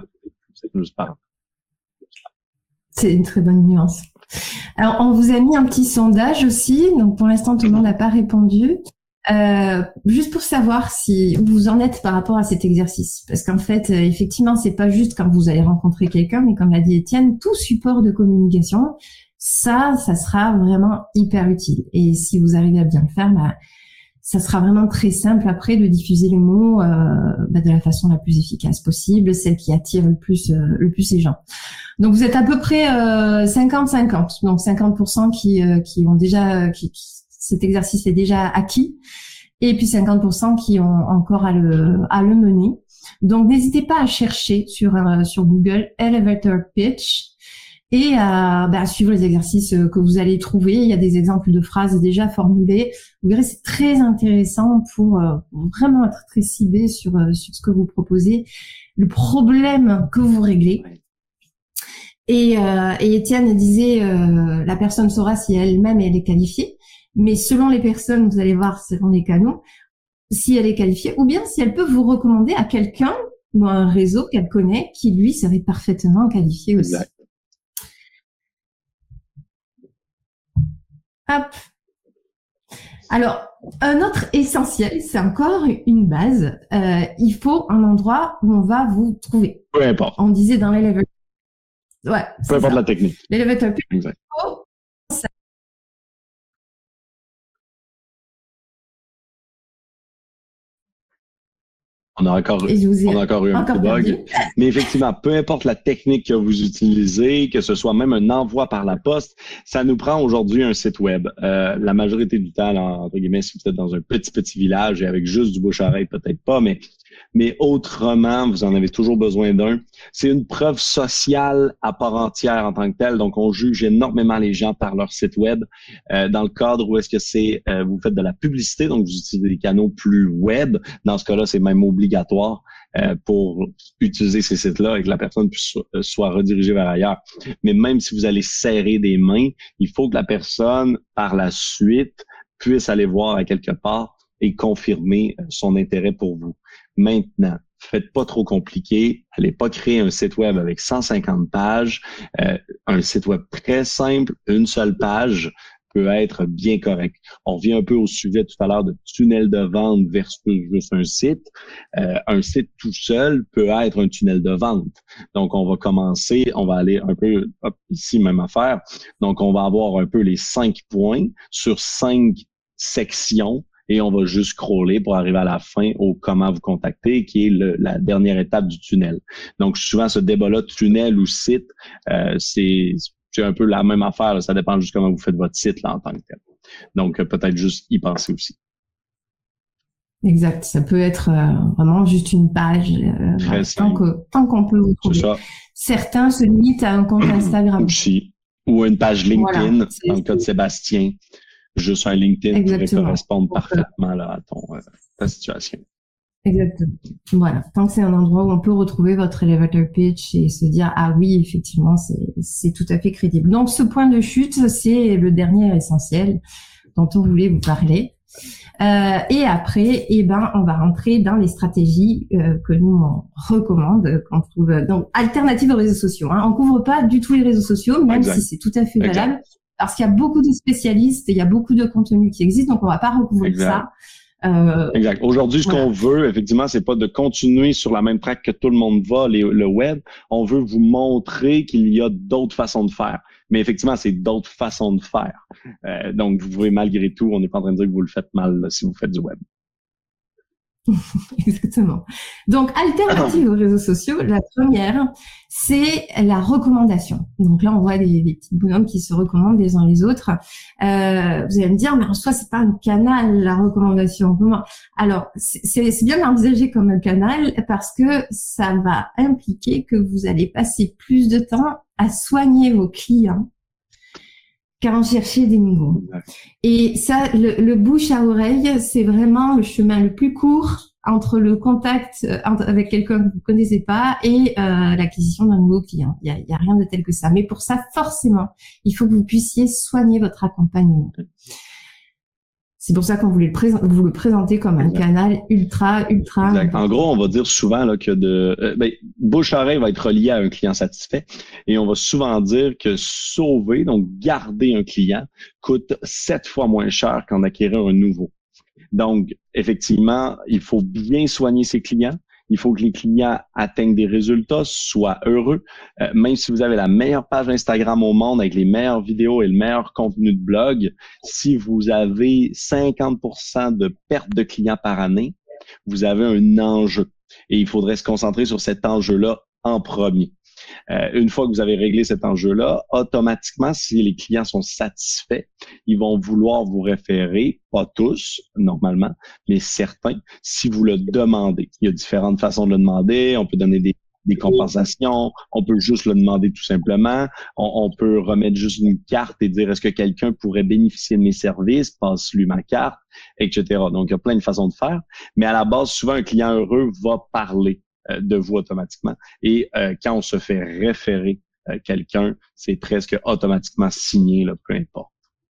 C'est une très bonne nuance. Alors, on vous a mis un petit sondage aussi. Donc, pour l'instant, tout le monde n'a pas répondu. Juste pour savoir si où vous en êtes par rapport à cet exercice, parce qu'en fait, effectivement, c'est pas juste quand vous allez rencontrer quelqu'un, mais comme l'a dit Étienne, tout support de communication, ça sera vraiment hyper utile. Et si vous arrivez à bien le faire, ça sera vraiment très simple après de diffuser le mot de la façon la plus efficace possible, celle qui attire le plus les gens. Donc vous êtes à peu près 50-50, donc 50% qui ont déjà cet exercice est déjà acquis, et puis 50% qui ont encore à le mener. Donc, n'hésitez pas à chercher sur Google Elevator Pitch et à suivre les exercices que vous allez trouver. Il y a des exemples de phrases déjà formulées. Vous verrez, c'est très intéressant pour vraiment être très ciblé sur ce que vous proposez, le problème que vous réglez. Et Étienne disait, la personne saura si elle-même elle est qualifiée. Mais selon les personnes, vous allez voir, selon les canaux, si elle est qualifiée ou bien si elle peut vous recommander à quelqu'un ou à un réseau qu'elle connaît qui, lui, serait parfaitement qualifié aussi. Exact. Hop. Alors, un autre essentiel, c'est encore une base. Il faut un endroit où on va vous trouver. Peu importe. On disait dans l'elevator. Ouais. Peu importe la technique. L'elevator. Exact. On a encore eu un petit bug. Mais effectivement, peu importe la technique que vous utilisez, que ce soit même un envoi par la poste, ça nous prend aujourd'hui un site web. La majorité du temps, là, entre guillemets, si vous êtes dans un petit village et avec juste du bouche-à-oreille, peut-être pas, mais autrement, vous en avez toujours besoin d'un. C'est une preuve sociale à part entière en tant que telle. Donc, on juge énormément les gens par leur site web. Dans le cadre où est-ce que c'est vous faites de la publicité, donc vous utilisez des canaux plus web. Dans ce cas-là, c'est même obligatoire pour utiliser ces sites-là et que la personne puisse soit redirigée vers ailleurs. Mais même si vous allez serrer des mains, il faut que la personne, par la suite, puisse aller voir à quelque part et confirmer son intérêt pour vous. Maintenant, faites pas trop compliqué. Allez pas créer un site web avec 150 pages. Un site web très simple, une seule page peut être bien correct. On revient un peu au sujet tout à l'heure de tunnel de vente versus juste un site. Un site tout seul peut être un tunnel de vente. Donc, on va commencer, on va aller un peu, ici, même affaire. Donc, on va avoir un peu les 5 points sur 5 sections et on va juste scroller pour arriver à la fin au comment vous contacter, qui est la dernière étape du tunnel. Donc, souvent, ce débat-là, tunnel ou site, c'est un peu la même affaire. Là. Ça dépend juste comment vous faites votre site là, en tant que tel. Donc, peut-être juste y penser aussi. Exact. Ça peut être vraiment juste une page. Tant qu'on peut vous trouver. Certains se limitent à un compte Instagram. Aussi. Ou une page LinkedIn, dans le cas de Sébastien. Juste un LinkedIn pourrait correspondre parfaitement là, à ta situation. Exactement. Voilà. Tant que c'est un endroit où on peut retrouver votre elevator pitch et se dire, ah oui, effectivement, c'est tout à fait crédible. Donc, ce point de chute, c'est le dernier essentiel dont on voulait vous parler. Et après, on va rentrer dans les stratégies que nous on recommande, qu'on trouve donc alternatives aux réseaux sociaux. On couvre pas du tout les réseaux sociaux, même si c'est tout à fait valable, parce qu'il y a beaucoup de spécialistes, il y a beaucoup de contenus qui existent, donc on va pas recouvrir ça. Exact. Aujourd'hui, ce qu'on veut, effectivement, c'est pas de continuer sur la même track que tout le monde va, le web. On veut vous montrer qu'il y a d'autres façons de faire. Mais effectivement, c'est d'autres façons de faire. Donc, vous pouvez malgré tout, on n'est pas en train de dire que vous le faites mal là, si vous faites du web. Exactement. Donc, alternative aux réseaux sociaux, la première, c'est la recommandation. Donc là, on voit des petits bonhommes qui se recommandent les uns les autres. Vous allez me dire, mais en soi, c'est pas un canal, la recommandation. Alors, c'est bien d'envisager comme un canal parce que ça va impliquer que vous allez passer plus de temps à soigner vos clients qu'à en chercher des nouveaux. Et ça, le bouche à oreille, c'est vraiment le chemin le plus court entre le contact avec quelqu'un que vous ne connaissez pas et l'acquisition d'un nouveau client. Il y a rien de tel que ça. Mais pour ça, forcément, il faut que vous puissiez soigner votre accompagnement. C'est pour ça qu'on voulait vous le présenter comme un canal ultra. Exact. En gros, on va dire souvent là, que bouche-oreille va être relié à un client satisfait et on va souvent dire que sauver, donc garder un client, coûte 7 fois moins cher qu'en acquérir un nouveau. Donc, effectivement, il faut bien soigner ses clients. Il faut que les clients atteignent des résultats, soient heureux. Même si vous avez la meilleure page Instagram au monde avec les meilleures vidéos et le meilleur contenu de blog, si vous avez 50% de perte de clients par année, vous avez un enjeu. Et il faudrait se concentrer sur cet enjeu-là en premier. Une fois que vous avez réglé cet enjeu-là, automatiquement, si les clients sont satisfaits, ils vont vouloir vous référer, pas tous, normalement, mais certains, si vous le demandez. Il y a différentes façons de le demander. On peut donner des compensations. On peut juste le demander tout simplement. On peut remettre juste une carte et dire est-ce que quelqu'un pourrait bénéficier de mes services, passe-lui ma carte, etc. Donc, il y a plein de façons de faire. Mais à la base, souvent, un client heureux va parler de vous automatiquement. Et quand on se fait référer quelqu'un, c'est presque automatiquement signé, là, peu importe.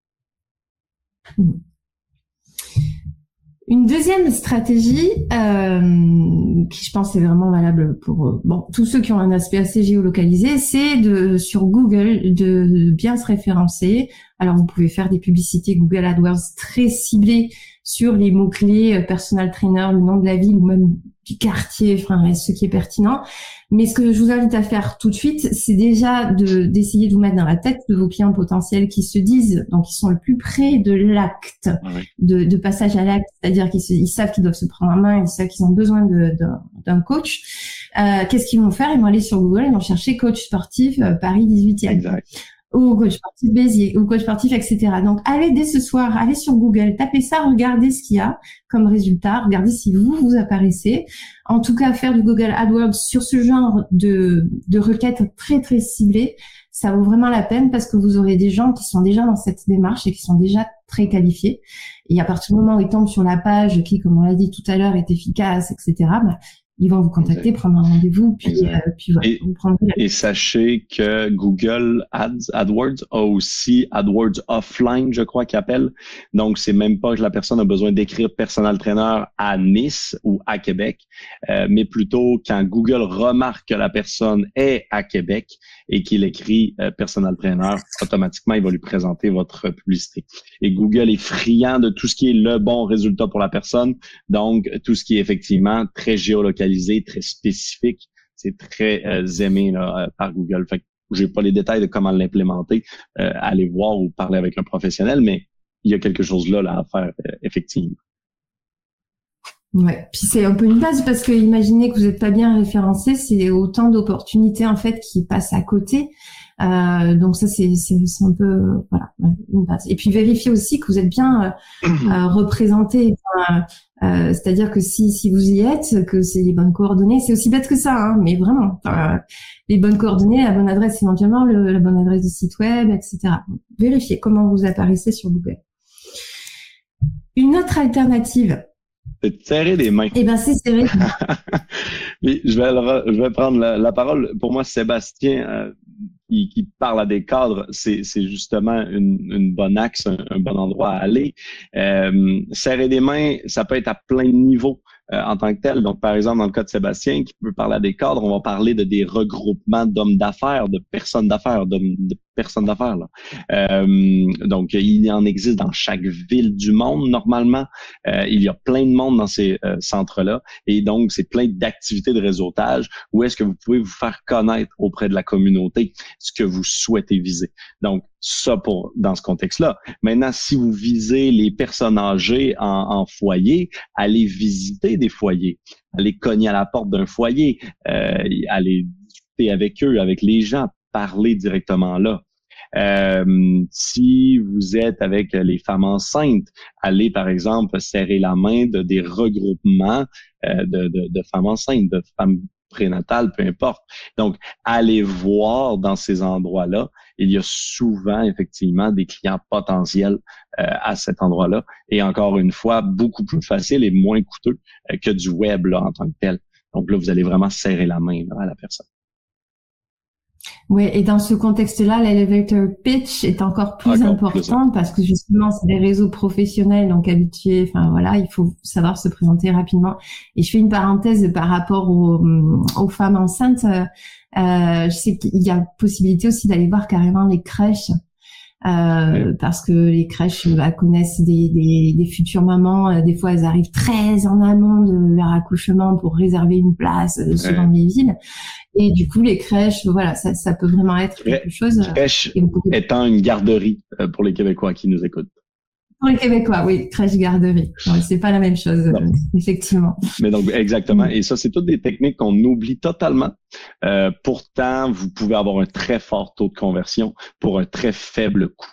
Une deuxième stratégie qui, je pense, est vraiment valable pour tous ceux qui ont un aspect assez géolocalisé, c'est sur Google de bien se référencer. Alors, vous pouvez faire des publicités Google AdWords très ciblées sur les mots-clés personal trainer, le nom de la ville ou même du quartier, enfin, ce qui est pertinent. Mais ce que je vous invite à faire tout de suite, c'est déjà d'essayer de vous mettre dans la tête de vos clients potentiels qui se disent, donc ils sont le plus près de l'acte, de passage à l'acte, c'est-à-dire qu'ils savent qu'ils doivent se prendre en main, ils savent qu'ils ont besoin d'un coach. Qu'est-ce qu'ils vont faire? Ils vont aller sur Google, ils vont chercher coach sportif Paris 18e. Exact. Ou coach sportif Béziers, ou coach sportif, etc. Donc, allez dès ce soir, allez sur Google, tapez ça, regardez ce qu'il y a comme résultat, regardez si vous apparaissez. En tout cas, faire du Google AdWords sur ce genre de requêtes très, très ciblées, ça vaut vraiment la peine parce que vous aurez des gens qui sont déjà dans cette démarche et qui sont déjà très qualifiés. Et à partir du moment où ils tombent sur la page qui, comme on l'a dit tout à l'heure, est efficace, etc., ils vont vous contacter, prendre un rendez-vous, puis voilà. Et sachez que Google AdWords a aussi AdWords Offline, je crois qu'il appelle. Donc, c'est même pas que la personne a besoin d'écrire personal trainer à Nice ou à Québec, mais plutôt quand Google remarque que la personne est à Québec et qu'il écrit personal trainer, automatiquement, il va lui présenter votre publicité. Et Google est friand de tout ce qui est le bon résultat pour la personne. Donc, tout ce qui est effectivement très géolocalisé, très spécifique, c'est très aimé là, par Google. Fait que j'ai pas les détails de comment l'implémenter, aller voir ou parler avec un professionnel, mais il y a quelque chose là à faire effectivement. Ouais, puis c'est un peu une base parce que imaginez que vous n'êtes pas bien référencé, c'est autant d'opportunités en fait qui passent à côté. Donc ça c'est un peu voilà une base. Et puis vérifiez aussi que vous êtes bien représenté. C'est-à-dire que si vous y êtes, que c'est les bonnes coordonnées, c'est aussi bête que ça, hein, mais vraiment les bonnes coordonnées, la bonne adresse éventuellement, la bonne adresse du site web, etc. Vérifiez comment vous apparaissez sur Google. Une autre alternative. C'est de serrer les mains. Eh ben, c'est serrer. Mais je vais prendre la parole. Pour moi, Sébastien, qui parle à des cadres, c'est justement une bonne axe, un bon endroit à aller. Serrer les mains, ça peut être à plein de niveaux en tant que tel. Donc, par exemple, dans le cas de Sébastien, qui peut parler à des cadres, on va parler de des regroupements d'hommes d'affaires, de personnes d'affaires, de personnes d'affaires. Donc, il en existe dans chaque ville du monde, normalement. Il y a plein de monde dans ces centres-là. Et donc, c'est plein d'activités de réseautage où est-ce que vous pouvez vous faire connaître auprès de la communauté ce que vous souhaitez viser. Donc, ça dans ce contexte-là. Maintenant, si vous visez les personnes âgées en foyer, allez visiter des foyers, allez cogner à la porte d'un foyer, allez discuter avec eux, avec les gens, parler directement là. Si vous êtes avec les femmes enceintes, allez par exemple serrer la main de des regroupements de femmes enceintes, de femmes prénatales, peu importe. Donc, allez voir dans ces endroits-là. Il y a souvent, effectivement, des clients potentiels à cet endroit-là. Et encore une fois, beaucoup plus facile et moins coûteux que du web là, en tant que tel. Donc là, vous allez vraiment serrer la main là, à la personne. Oui, et dans ce contexte-là, l'elevator pitch est encore plus important parce que justement, c'est des réseaux professionnels, donc habitués. Enfin voilà, il faut savoir se présenter rapidement. Et je fais une parenthèse par rapport aux femmes enceintes. Je sais qu'il y a possibilité aussi d'aller voir carrément les crèches. Parce que les crèches connaissent des futures mamans. Des fois, elles arrivent très en amont de leur accouchement pour réserver une place selon les villes. Et du coup, les crèches, voilà, ça peut vraiment être quelque chose. Crèche étant une garderie pour les Québécois qui nous écoutent. Pour les Québécois, oui, crèche-garderie. Ouais, c'est pas la même chose, effectivement. Mais donc, exactement. Et ça, c'est toutes des techniques qu'on oublie totalement. Pourtant, vous pouvez avoir un très fort taux de conversion pour un très faible coût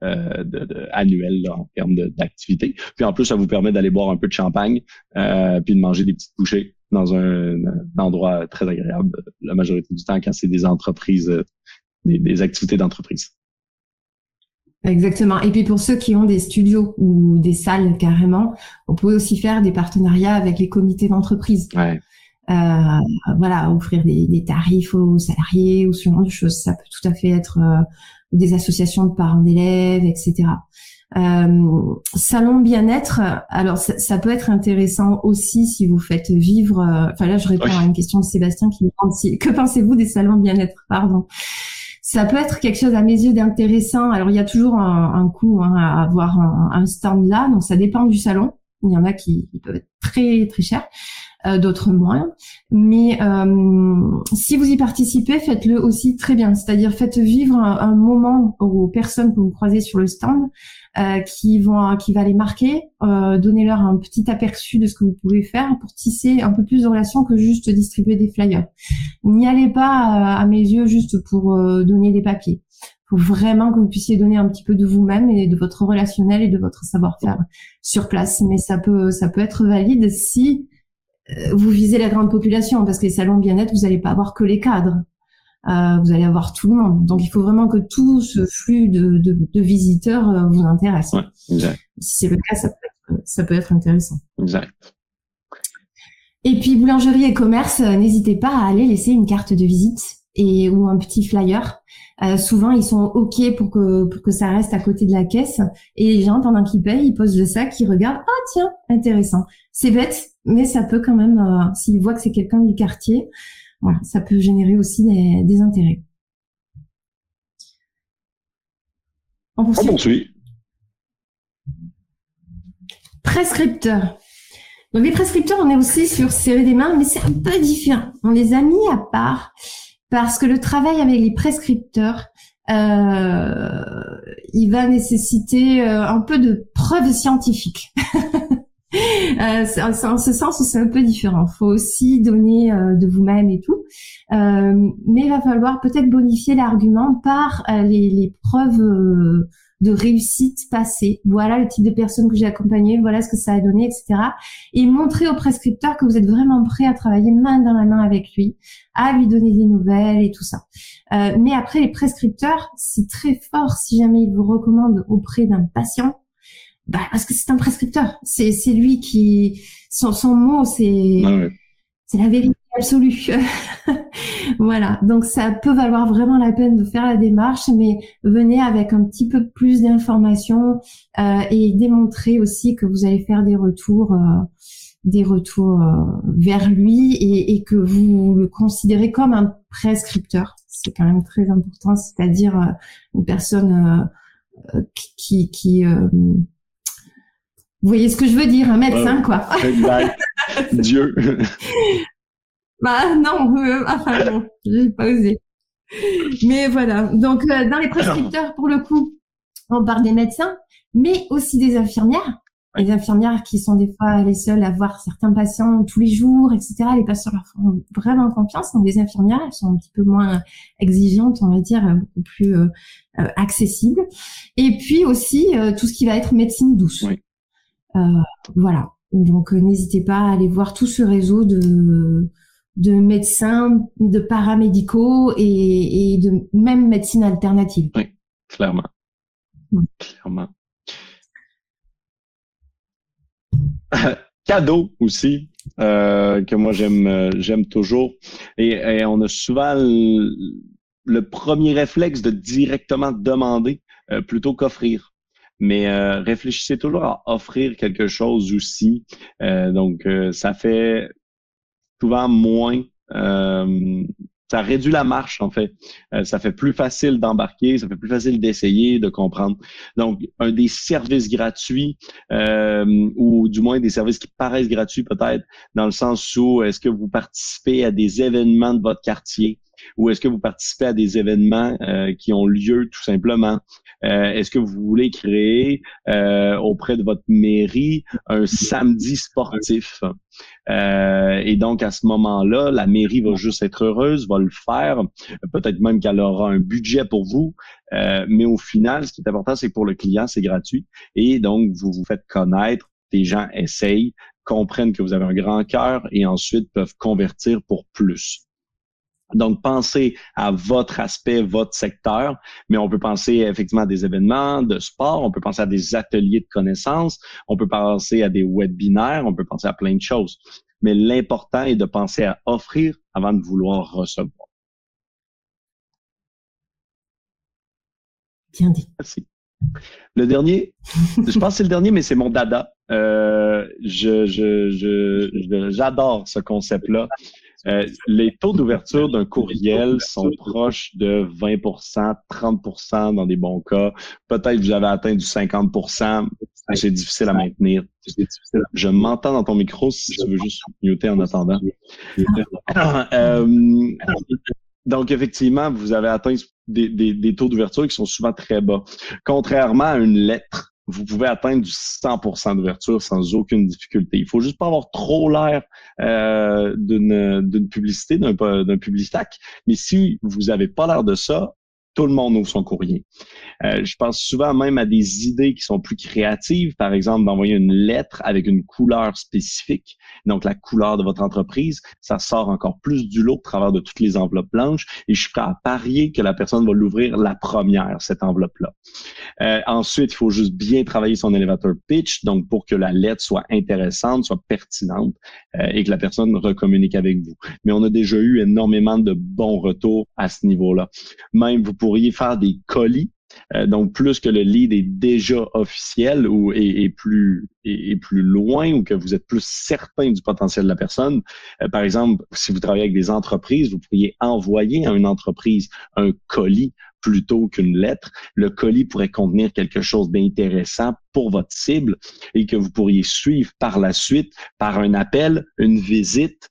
annuel là, en termes d'activité. Puis en plus, ça vous permet d'aller boire un peu de champagne puis de manger des petites bouchées dans un endroit très agréable la majorité du temps quand c'est des entreprises, des activités d'entreprise. Exactement. Et puis pour ceux qui ont des studios ou des salles carrément, on peut aussi faire des partenariats avec les comités d'entreprise. Ouais. Voilà, offrir des tarifs aux salariés ou ce genre de choses. Ça peut tout à fait être des associations de parents d'élèves, etc. Salon bien-être, alors ça peut être intéressant aussi si vous faites vivre. Enfin là, je réponds à une question de Sébastien qui me demande que pensez-vous des salons bien-être, pardon. Ça peut être quelque chose à mes yeux d'intéressant. Alors il y a toujours un coût à avoir un stand là, donc ça dépend du salon. Il y en a qui peuvent être très très chers, d'autres moins. Mais si vous y participez, faites-le aussi très bien. C'est-à-dire faites vivre un moment aux personnes que vous croisez sur le stand qui va les marquer. Donnez-leur un petit aperçu de ce que vous pouvez faire pour tisser un peu plus de relations que juste distribuer des flyers. N'y allez pas à mes yeux juste pour donner des papiers. Faut vraiment que vous puissiez donner un petit peu de vous-même et de votre relationnel et de votre savoir-faire sur place. Mais ça peut être valide si vous visez la grande population, parce que les salons bien-être, vous n'allez pas avoir que les cadres. Vous allez avoir tout le monde. Donc, il faut vraiment que tout ce flux de visiteurs vous intéresse. Ouais, exact. Si c'est le cas, ça peut être intéressant. Exact. Et puis, boulangerie et commerce, n'hésitez pas à aller laisser une carte de visite ou un petit flyer. Souvent, ils sont OK pour que ça reste à côté de la caisse. Et les gens, pendant qu'ils payent, ils posent le sac, ils regardent. Ah, tiens, intéressant. C'est bête, mais ça peut quand même, s'ils voient que c'est quelqu'un du quartier, voilà, ça peut générer aussi des intérêts. On poursuit. Prescripteurs. Donc, les prescripteurs, on est aussi sur serrer des mains, mais c'est un peu différent. On les a mis à part parce que le travail avec les prescripteurs, il va nécessiter un peu de preuves scientifiques. C'est en ce sens où c'est un peu différent. Faut aussi donner de vous-même et tout, mais il va falloir peut-être bonifier l'argument par les preuves de réussite passée. Voilà le type de personne que j'ai accompagné, voilà ce que ça a donné, etc. Et montrer au prescripteur que vous êtes vraiment prêt à travailler main dans la main avec lui, à lui donner des nouvelles et tout ça. Mais après, les prescripteurs, c'est très fort si jamais ils vous recommandent auprès d'un patient, parce que c'est un prescripteur. C'est lui qui, son mot, c'est la vérité absolue. Voilà. Donc, ça peut valoir vraiment la peine de faire la démarche, mais venez avec un petit peu plus d'informations, et démontrer aussi que vous allez faire des retours vers lui et que vous le considérez comme un prescripteur. C'est quand même très important, c'est-à-dire une personne qui vous voyez ce que je veux dire, un médecin, quoi. Dieu. Non, enfin bon, j'ai pas osé. Mais voilà. Donc, dans les prescripteurs, pour le coup, on parle des médecins, mais aussi des infirmières. Les infirmières qui sont des fois les seules à voir certains patients tous les jours, etc. Les patients leur font vraiment confiance. Donc, les infirmières, elles sont un petit peu moins exigeantes, on va dire, beaucoup plus accessibles. Et puis aussi, tout ce qui va être médecine douce. Oui. Voilà. Donc, n'hésitez pas à aller voir tout ce réseau de médecins, de paramédicaux et de même médecine alternative. Oui, clairement. Clairement. Cadeau aussi, que moi j'aime toujours. Et on a souvent le premier réflexe de directement demander plutôt qu'offrir. Mais réfléchissez toujours à offrir quelque chose aussi. Donc, ça fait souvent moins. Ça réduit la marche, en fait. Ça fait plus facile d'embarquer, ça fait plus facile d'essayer, de comprendre. Donc, un des services gratuits, ou du moins des services qui paraissent gratuits peut-être, dans le sens où est-ce que vous participez à des événements de votre quartier ou est-ce que vous participez à des événements qui ont lieu tout simplement? Est-ce que vous voulez créer auprès de votre mairie un samedi sportif? Et donc, à ce moment-là, la mairie va juste être heureuse, va le faire. Peut-être même qu'elle aura un budget pour vous. Mais au final, ce qui est important, c'est que pour le client, c'est gratuit. Et donc, vous vous faites connaître. Les gens essayent, comprennent que vous avez un grand cœur et ensuite peuvent convertir pour plus. Donc, pensez à votre aspect, votre secteur, mais on peut penser effectivement à des événements de sport, on peut penser à des ateliers de connaissances, on peut penser à des webinaires, on peut penser à plein de choses. Mais l'important est de penser à offrir avant de vouloir recevoir. Bien dit. Merci. Le dernier, je pense que c'est le dernier, mais c'est mon dada. J'adore ce concept-là. Les taux d'ouverture d'un courriel sont proches de 20%, 30% dans des bons cas. Peut-être que vous avez atteint du 50%. C'est difficile à maintenir. Je m'entends dans ton micro si tu veux juste muter en attendant. Donc, effectivement, vous avez atteint des taux d'ouverture qui sont souvent très bas. Contrairement à une lettre, vous pouvez atteindre du 100% d'ouverture sans aucune difficulté. Il faut juste pas avoir trop l'air d'une publicité, d'un Publistack. Mais si vous avez pas l'air de ça, tout le monde ouvre son courrier. Je pense souvent même à des idées qui sont plus créatives, par exemple d'envoyer une lettre avec une couleur spécifique, donc la couleur de votre entreprise, ça sort encore plus du lot au travers de toutes les enveloppes blanches et je suis prêt à parier que la personne va l'ouvrir la première, cette enveloppe-là. Ensuite, il faut juste bien travailler son elevator pitch, donc pour que la lettre soit intéressante, soit pertinente et que la personne recommunique avec vous. Mais on a déjà eu énormément de bons retours à ce niveau-là. Même vous pourriez faire des colis. Donc, plus que le lead est déjà officiel ou est plus loin ou que vous êtes plus certain du potentiel de la personne. Par exemple, si vous travaillez avec des entreprises, vous pourriez envoyer à une entreprise un colis plutôt qu'une lettre. Le colis pourrait contenir quelque chose d'intéressant pour votre cible et que vous pourriez suivre par la suite par un appel, une visite,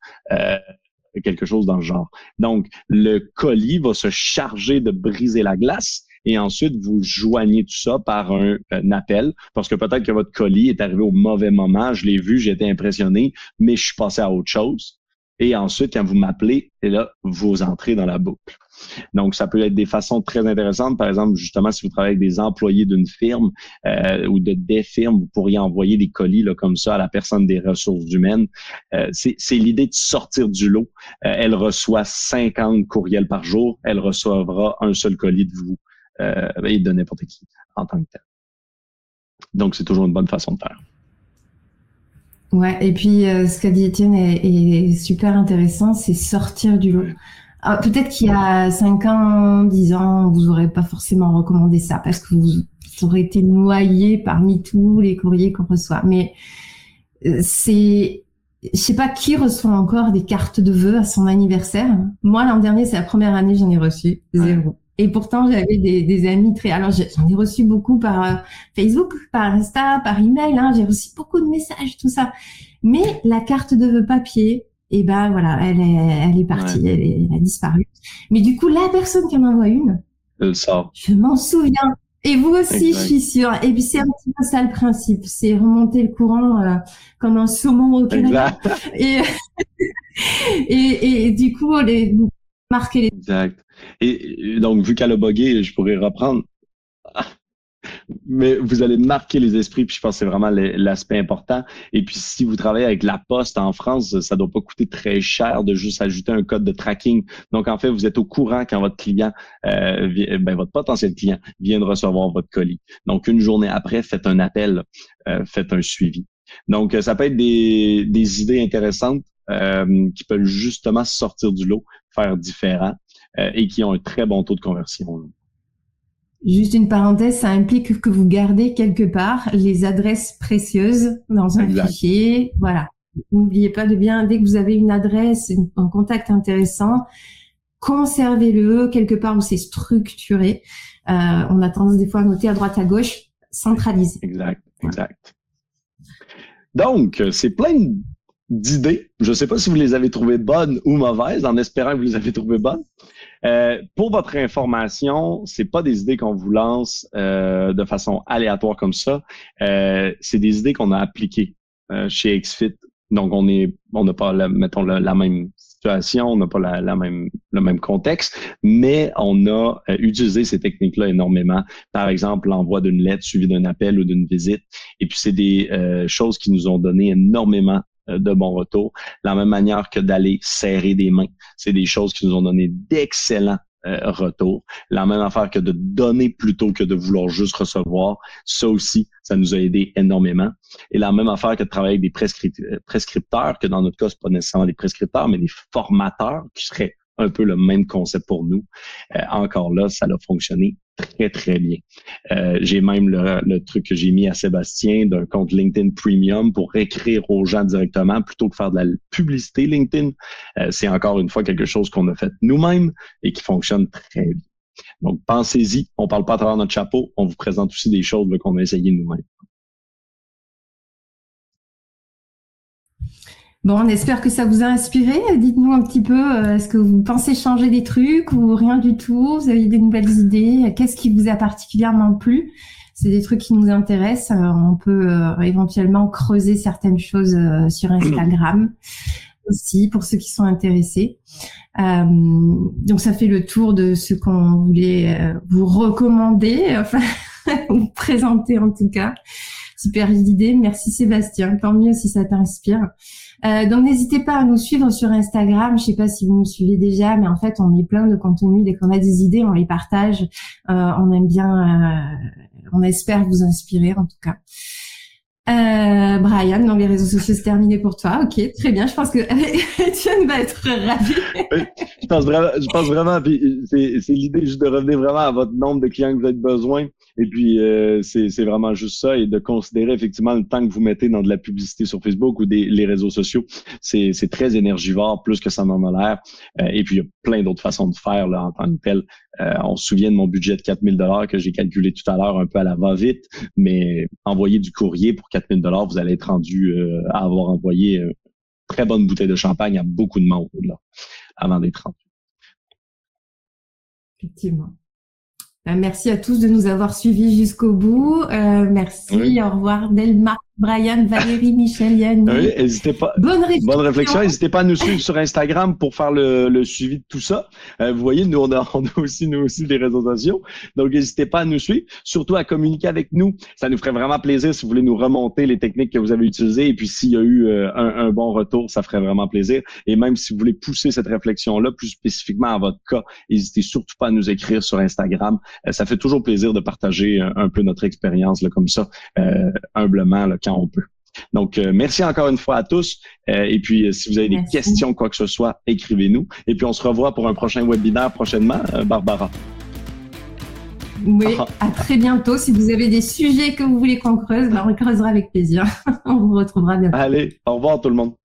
quelque chose dans le genre. Donc, le colis va se charger de briser la glace et ensuite vous joignez tout ça par un appel, parce que peut-être que votre colis est arrivé au mauvais moment, je l'ai vu, j'ai été impressionné, mais je suis passé à autre chose. Et ensuite, quand vous m'appelez, et là, vous entrez dans la boucle. Donc, ça peut être des façons très intéressantes. Par exemple, justement, si vous travaillez avec des employés d'une firme ou de des firmes, vous pourriez envoyer des colis là, comme ça à la personne des ressources humaines. C'est l'idée de sortir du lot. Elle reçoit 50 courriels par jour. Elle recevra un seul colis de vous et de n'importe qui en tant que tel. Donc, c'est toujours une bonne façon de faire. Ouais, et puis ce qu'a dit Étienne est super intéressant, c'est sortir du lot. Peut-être qu'il y a 5 ans, 10 ans, vous n'aurez pas forcément recommandé ça parce que vous aurez été noyé parmi tous les courriers qu'on reçoit. Mais je sais pas qui reçoit encore des cartes de vœux à son anniversaire. Moi, l'an dernier, c'est la première année, j'en ai reçu 0. Et pourtant, j'avais des amis alors j'en ai reçu beaucoup par Facebook, par Insta, par email, hein. J'ai reçu beaucoup de messages, tout ça. Mais la carte de vœux papier, et ben voilà, elle est partie, elle a disparu. Mais du coup, la personne qui en envoie une, elle sort. Je m'en souviens. Et vous aussi, je suis sûre. Et puis c'est un petit peu ça le principe, c'est remonter le courant comme un saumon au Canada. Et du coup, marquer les. Exact. Et donc, vu qu'elle a bugué, je pourrais reprendre. Mais vous allez marquer les esprits, puis je pense que c'est vraiment l'aspect important. Et puis, si vous travaillez avec la Poste en France, ça doit pas coûter très cher de juste ajouter un code de tracking. Donc, en fait, vous êtes au courant quand votre client, votre potentiel client vient de recevoir votre colis. Donc, une journée après, faites un appel, faites un suivi. Donc, ça peut être des idées intéressantes qui peuvent justement sortir du lot, faire différent et qui ont un très bon taux de conversion. Juste une parenthèse, ça implique que vous gardez quelque part les adresses précieuses dans un fichier. Voilà. N'oubliez pas dès que vous avez une adresse, un contact intéressant, conservez-le quelque part où c'est structuré. On a tendance des fois à noter à droite à gauche, centralisé. Exact. Donc, c'est plein d'idées. Je ne sais pas si vous les avez trouvées bonnes ou mauvaises, en espérant que vous les avez trouvées bonnes. Pour votre information, c'est pas des idées qu'on vous lance de façon aléatoire comme ça. C'est des idées qu'on a appliquées chez XFIT. Donc, on n'a pas la même situation, on n'a pas le même contexte, mais on a utilisé ces techniques-là énormément. Par exemple, l'envoi d'une lettre suivie d'un appel ou d'une visite. Et puis, c'est des choses qui nous ont donné énormément de bons retours. De la même manière que d'aller serrer des mains. C'est des choses qui nous ont donné d'excellents retours. La même affaire que de donner plutôt que de vouloir juste recevoir. Ça aussi, ça nous a aidé énormément. Et la même affaire que de travailler avec des prescripteurs, que dans notre cas, c'est pas nécessairement des prescripteurs, mais des formateurs qui seraient un peu le même concept pour nous. Encore là, ça a fonctionné très, très bien. J'ai même le truc que j'ai mis à Sébastien d'un compte LinkedIn Premium pour écrire aux gens directement plutôt que faire de la publicité LinkedIn. C'est encore une fois quelque chose qu'on a fait nous-mêmes et qui fonctionne très bien. Donc, pensez-y. On parle pas à travers notre chapeau. On vous présente aussi des choses qu'on a essayé nous-mêmes. Bon, on espère que ça vous a inspiré. Dites-nous un petit peu, est-ce que vous pensez changer des trucs ou rien du tout? Vous avez des nouvelles idées? Qu'est-ce qui vous a particulièrement plu? C'est des trucs qui nous intéressent. On peut éventuellement creuser certaines choses sur Instagram aussi pour ceux qui sont intéressés. Donc, ça fait le tour de ce qu'on voulait vous recommander, enfin, vous présenter en tout cas. Super idée. Merci Sébastien. Tant mieux si ça t'inspire. Donc n'hésitez pas à nous suivre sur Instagram. Je sais pas si vous nous suivez déjà, mais en fait on met plein de contenu. Dès qu'on a des idées, on les partage. On aime bien, on espère vous inspirer en tout cas. Brian, donc les réseaux sociaux, c'est terminé pour toi. Ok, très bien. Je pense que Étienne va être ravi. Je pense vraiment, puis c'est l'idée juste de revenir vraiment à votre nombre de clients que vous avez besoin. Et puis, c'est vraiment juste ça, et de considérer effectivement le temps que vous mettez dans de la publicité sur Facebook ou les réseaux sociaux. C'est très énergivore, plus que ça n'en a l'air. Et puis, il y a plein d'autres façons de faire là, en tant que tel. On se souvient de mon budget de 4 000 $ que j'ai calculé tout à l'heure un peu à la va-vite, mais envoyer du courrier pour 4 000 $, vous allez être rendu à avoir envoyé une très bonne bouteille de champagne à beaucoup de monde là, avant d'être rendu. Effectivement. Merci à tous de nous avoir suivis jusqu'au bout. Merci, Oui. au revoir Delmar, Brian, Valérie, Michel, Yannick. Oui, n'hésitez pas. Bonne réflexion. Bonne réflexion. N'hésitez pas à nous suivre sur Instagram pour faire le suivi de tout ça. Vous voyez, nous, on a aussi, nous aussi, des réseaux sociaux. Donc, n'hésitez pas à nous suivre, surtout à communiquer avec nous. Ça nous ferait vraiment plaisir si vous voulez nous remonter les techniques que vous avez utilisées. Et puis, s'il y a eu un bon retour, ça ferait vraiment plaisir. Et même si vous voulez pousser cette réflexion-là plus spécifiquement à votre cas, n'hésitez surtout pas à nous écrire sur Instagram. Ça fait toujours plaisir de partager un peu notre expérience là, comme ça, humblement, là, quand on peut. Donc, merci encore une fois à tous. Et puis, si vous avez des questions, quoi que ce soit, écrivez-nous. Et puis, on se revoit pour un prochain webinaire prochainement, Barbara. Oui, à très bientôt. Si vous avez des sujets que vous voulez qu'on creuse, on creusera avec plaisir. On vous retrouvera bientôt. Allez, au revoir tout le monde.